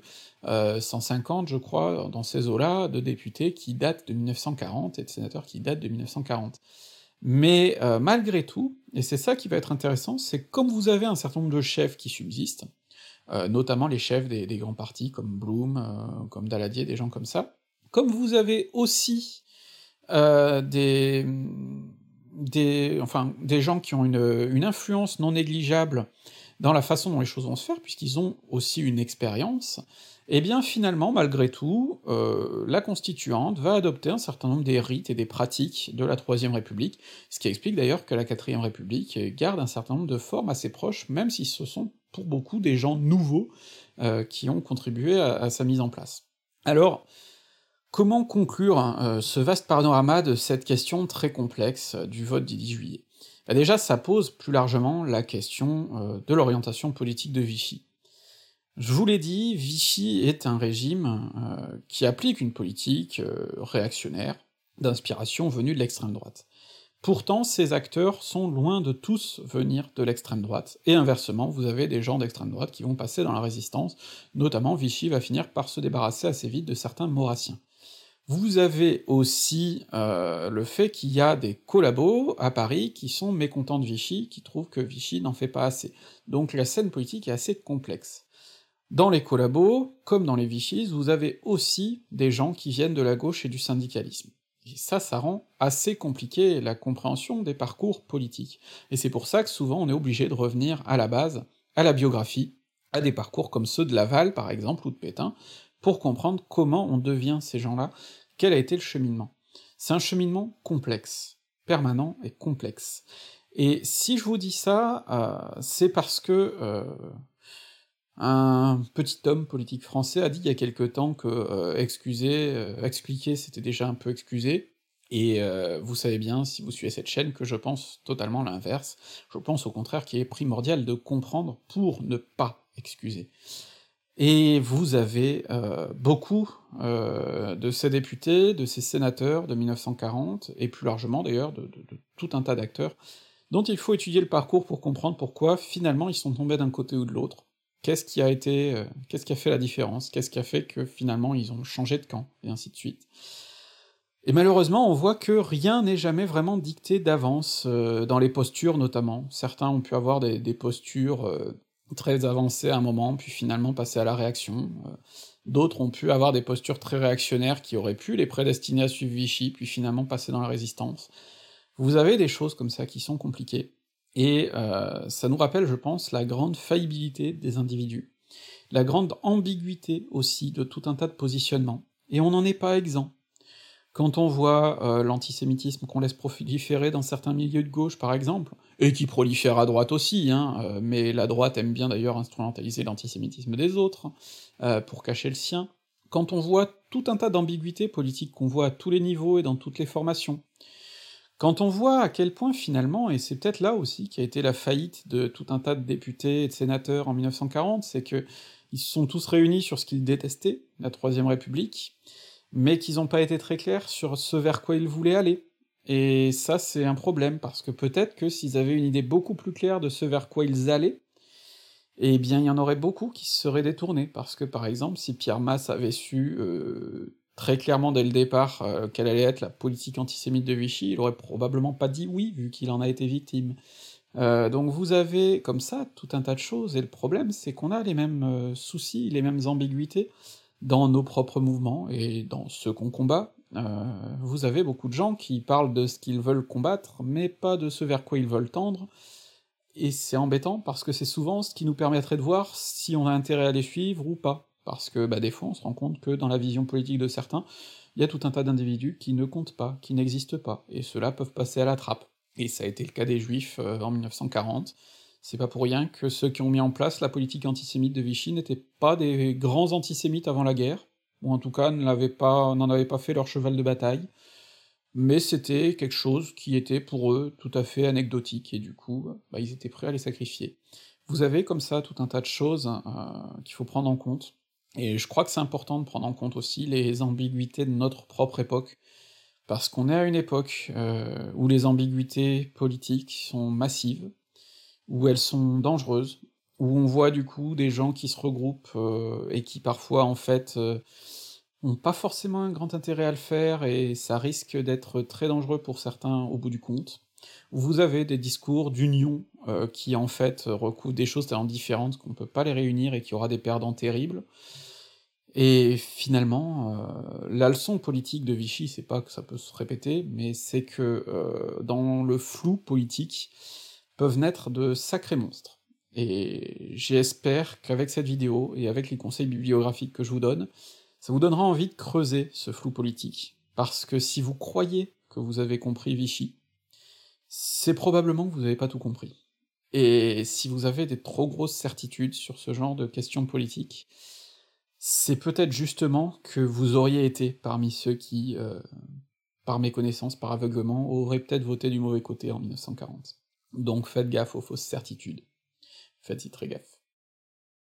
[SPEAKER 1] 150, je crois, dans ces eaux-là, de députés qui datent de 1940 et de sénateurs qui datent de 1940. Mais malgré tout, et c'est ça qui va être intéressant, c'est que comme vous avez un certain nombre de chefs qui subsistent, notamment les chefs des grands partis comme Blum, comme Daladier, des gens comme ça, comme vous avez aussi des des gens qui ont une influence non négligeable dans la façon dont les choses vont se faire, puisqu'ils ont aussi une expérience, eh bien finalement, malgré tout, la Constituante va adopter un certain nombre des rites et des pratiques de la Troisième République, ce qui explique d'ailleurs que la Quatrième République garde un certain nombre de formes assez proches, même si ce sont pour beaucoup des gens nouveaux qui ont contribué à sa mise en place. Alors, comment conclure ce vaste panorama de cette question très complexe du vote du 10 juillet? Bah déjà, ça pose plus largement la question, de l'orientation politique de Vichy. Je vous l'ai dit, Vichy est un régime, qui applique une politique, réactionnaire, d'inspiration venue de l'extrême droite. Pourtant, ces acteurs sont loin de tous venir de l'extrême droite, et inversement, vous avez des gens d'extrême droite qui vont passer dans la résistance, notamment Vichy va finir par se débarrasser assez vite de certains maurassiens. Vous avez aussi, le fait qu'il y a des collabos à Paris qui sont mécontents de Vichy, qui trouvent que Vichy n'en fait pas assez. Donc la scène politique est assez complexe. Dans les collabos, comme dans les Vichys, vous avez aussi des gens qui viennent de la gauche et du syndicalisme. Et ça rend assez compliqué la compréhension des parcours politiques. Et c'est pour ça que souvent on est obligé de revenir à la base, à la biographie, à des parcours comme ceux de Laval par exemple, ou de Pétain, pour comprendre comment on devient ces gens-là, quel a été le cheminement. C'est un cheminement complexe, permanent et complexe. Et si je vous dis ça, c'est parce que un petit homme politique français a dit il y a quelque temps que, expliquer c'était déjà un peu excuser, et vous savez bien, si vous suivez cette chaîne, que je pense totalement l'inverse. Je pense au contraire qu'il est primordial de comprendre pour ne pas excuser. Et vous avez, beaucoup, de ces députés, de ces sénateurs de 1940, et plus largement d'ailleurs de tout un tas d'acteurs, dont il faut étudier le parcours pour comprendre pourquoi finalement ils sont tombés d'un côté ou de l'autre. Qu'est-ce qui a fait la différence? Qu'est-ce qui a fait que finalement ils ont changé de camp? Et ainsi de suite. Et malheureusement, on voit que rien n'est jamais vraiment dicté d'avance, dans les postures notamment. Certains ont pu avoir des postures, très avancées à un moment, puis finalement passer à la réaction, d'autres ont pu avoir des postures très réactionnaires qui auraient pu les prédestiner à suivre Vichy, puis finalement passer dans la résistance. Vous avez des choses comme ça qui sont compliquées, et ça nous rappelle, je pense, la grande faillibilité des individus, la grande ambiguïté aussi de tout un tas de positionnements, et on n'en est pas exempt. Quand on voit, l'antisémitisme qu'on laisse proliférer dans certains milieux de gauche, par exemple, et qui prolifère à droite aussi, hein, mais la droite aime bien d'ailleurs instrumentaliser l'antisémitisme des autres, pour cacher le sien. Quand on voit tout un tas d'ambiguïtés politiques qu'on voit à tous les niveaux et dans toutes les formations, quand on voit à quel point finalement, et c'est peut-être là aussi qu'a été la faillite de tout un tas de députés et de sénateurs en 1940, c'est que ils se sont tous réunis sur ce qu'ils détestaient, la Troisième République, mais qu'ils ont pas été très clairs sur ce vers quoi ils voulaient aller. Et ça, c'est un problème, parce que peut-être que s'ils avaient une idée beaucoup plus claire de ce vers quoi ils allaient, eh bien, il y en aurait beaucoup qui se seraient détournés, parce que, par exemple, si Pierre Masse avait su, très clairement dès le départ, quelle allait être la politique antisémite de Vichy, il aurait probablement pas dit oui, vu qu'il en a été victime. Donc vous avez comme ça tout un tas de choses, et le problème c'est qu'on a les mêmes, soucis, les mêmes ambiguïtés dans nos propres mouvements et dans ceux qu'on combat. Vous avez beaucoup de gens qui parlent de ce qu'ils veulent combattre, mais pas de ce vers quoi ils veulent tendre, et c'est embêtant parce que c'est souvent ce qui nous permettrait de voir si on a intérêt à les suivre ou pas. Parce que, bah, des fois, on se rend compte que dans la vision politique de certains, il y a tout un tas d'individus qui ne comptent pas, qui n'existent pas, et ceux-là peuvent passer à la trappe. Et ça a été le cas des Juifs en 1940. C'est pas pour rien que ceux qui ont mis en place la politique antisémite de Vichy n'étaient pas des grands antisémites avant la guerre, ou en tout cas n'en avaient pas fait leur cheval de bataille, mais c'était quelque chose qui était pour eux tout à fait anecdotique, et du coup, bah, ils étaient prêts à les sacrifier. Vous avez comme ça tout un tas de choses, qu'il faut prendre en compte, et je crois que c'est important de prendre en compte aussi les ambiguïtés de notre propre époque, parce qu'on est à une époque, où les ambiguïtés politiques sont massives, où elles sont dangereuses, où on voit du coup des gens qui se regroupent, et qui parfois en fait, ont pas forcément un grand intérêt à le faire, et ça risque d'être très dangereux pour certains au bout du compte. Vous avez des discours d'union, qui en fait recouvrent des choses tellement différentes qu'on peut pas les réunir et qu'il y aura des perdants terribles. Et finalement, la leçon politique de Vichy, c'est pas que ça peut se répéter, mais c'est que, dans le flou politique, peuvent naître de sacrés monstres. Et j'espère qu'avec cette vidéo, et avec les conseils bibliographiques que je vous donne, ça vous donnera envie de creuser ce flou politique. Parce que si vous croyez que vous avez compris Vichy, c'est probablement que vous avez pas tout compris. Et si vous avez des trop grosses certitudes sur ce genre de questions politiques, c'est peut-être justement que vous auriez été parmi ceux qui, par méconnaissance, par aveuglement, auraient peut-être voté du mauvais côté en 1940. Donc faites gaffe aux fausses certitudes. Faites-y très gaffe.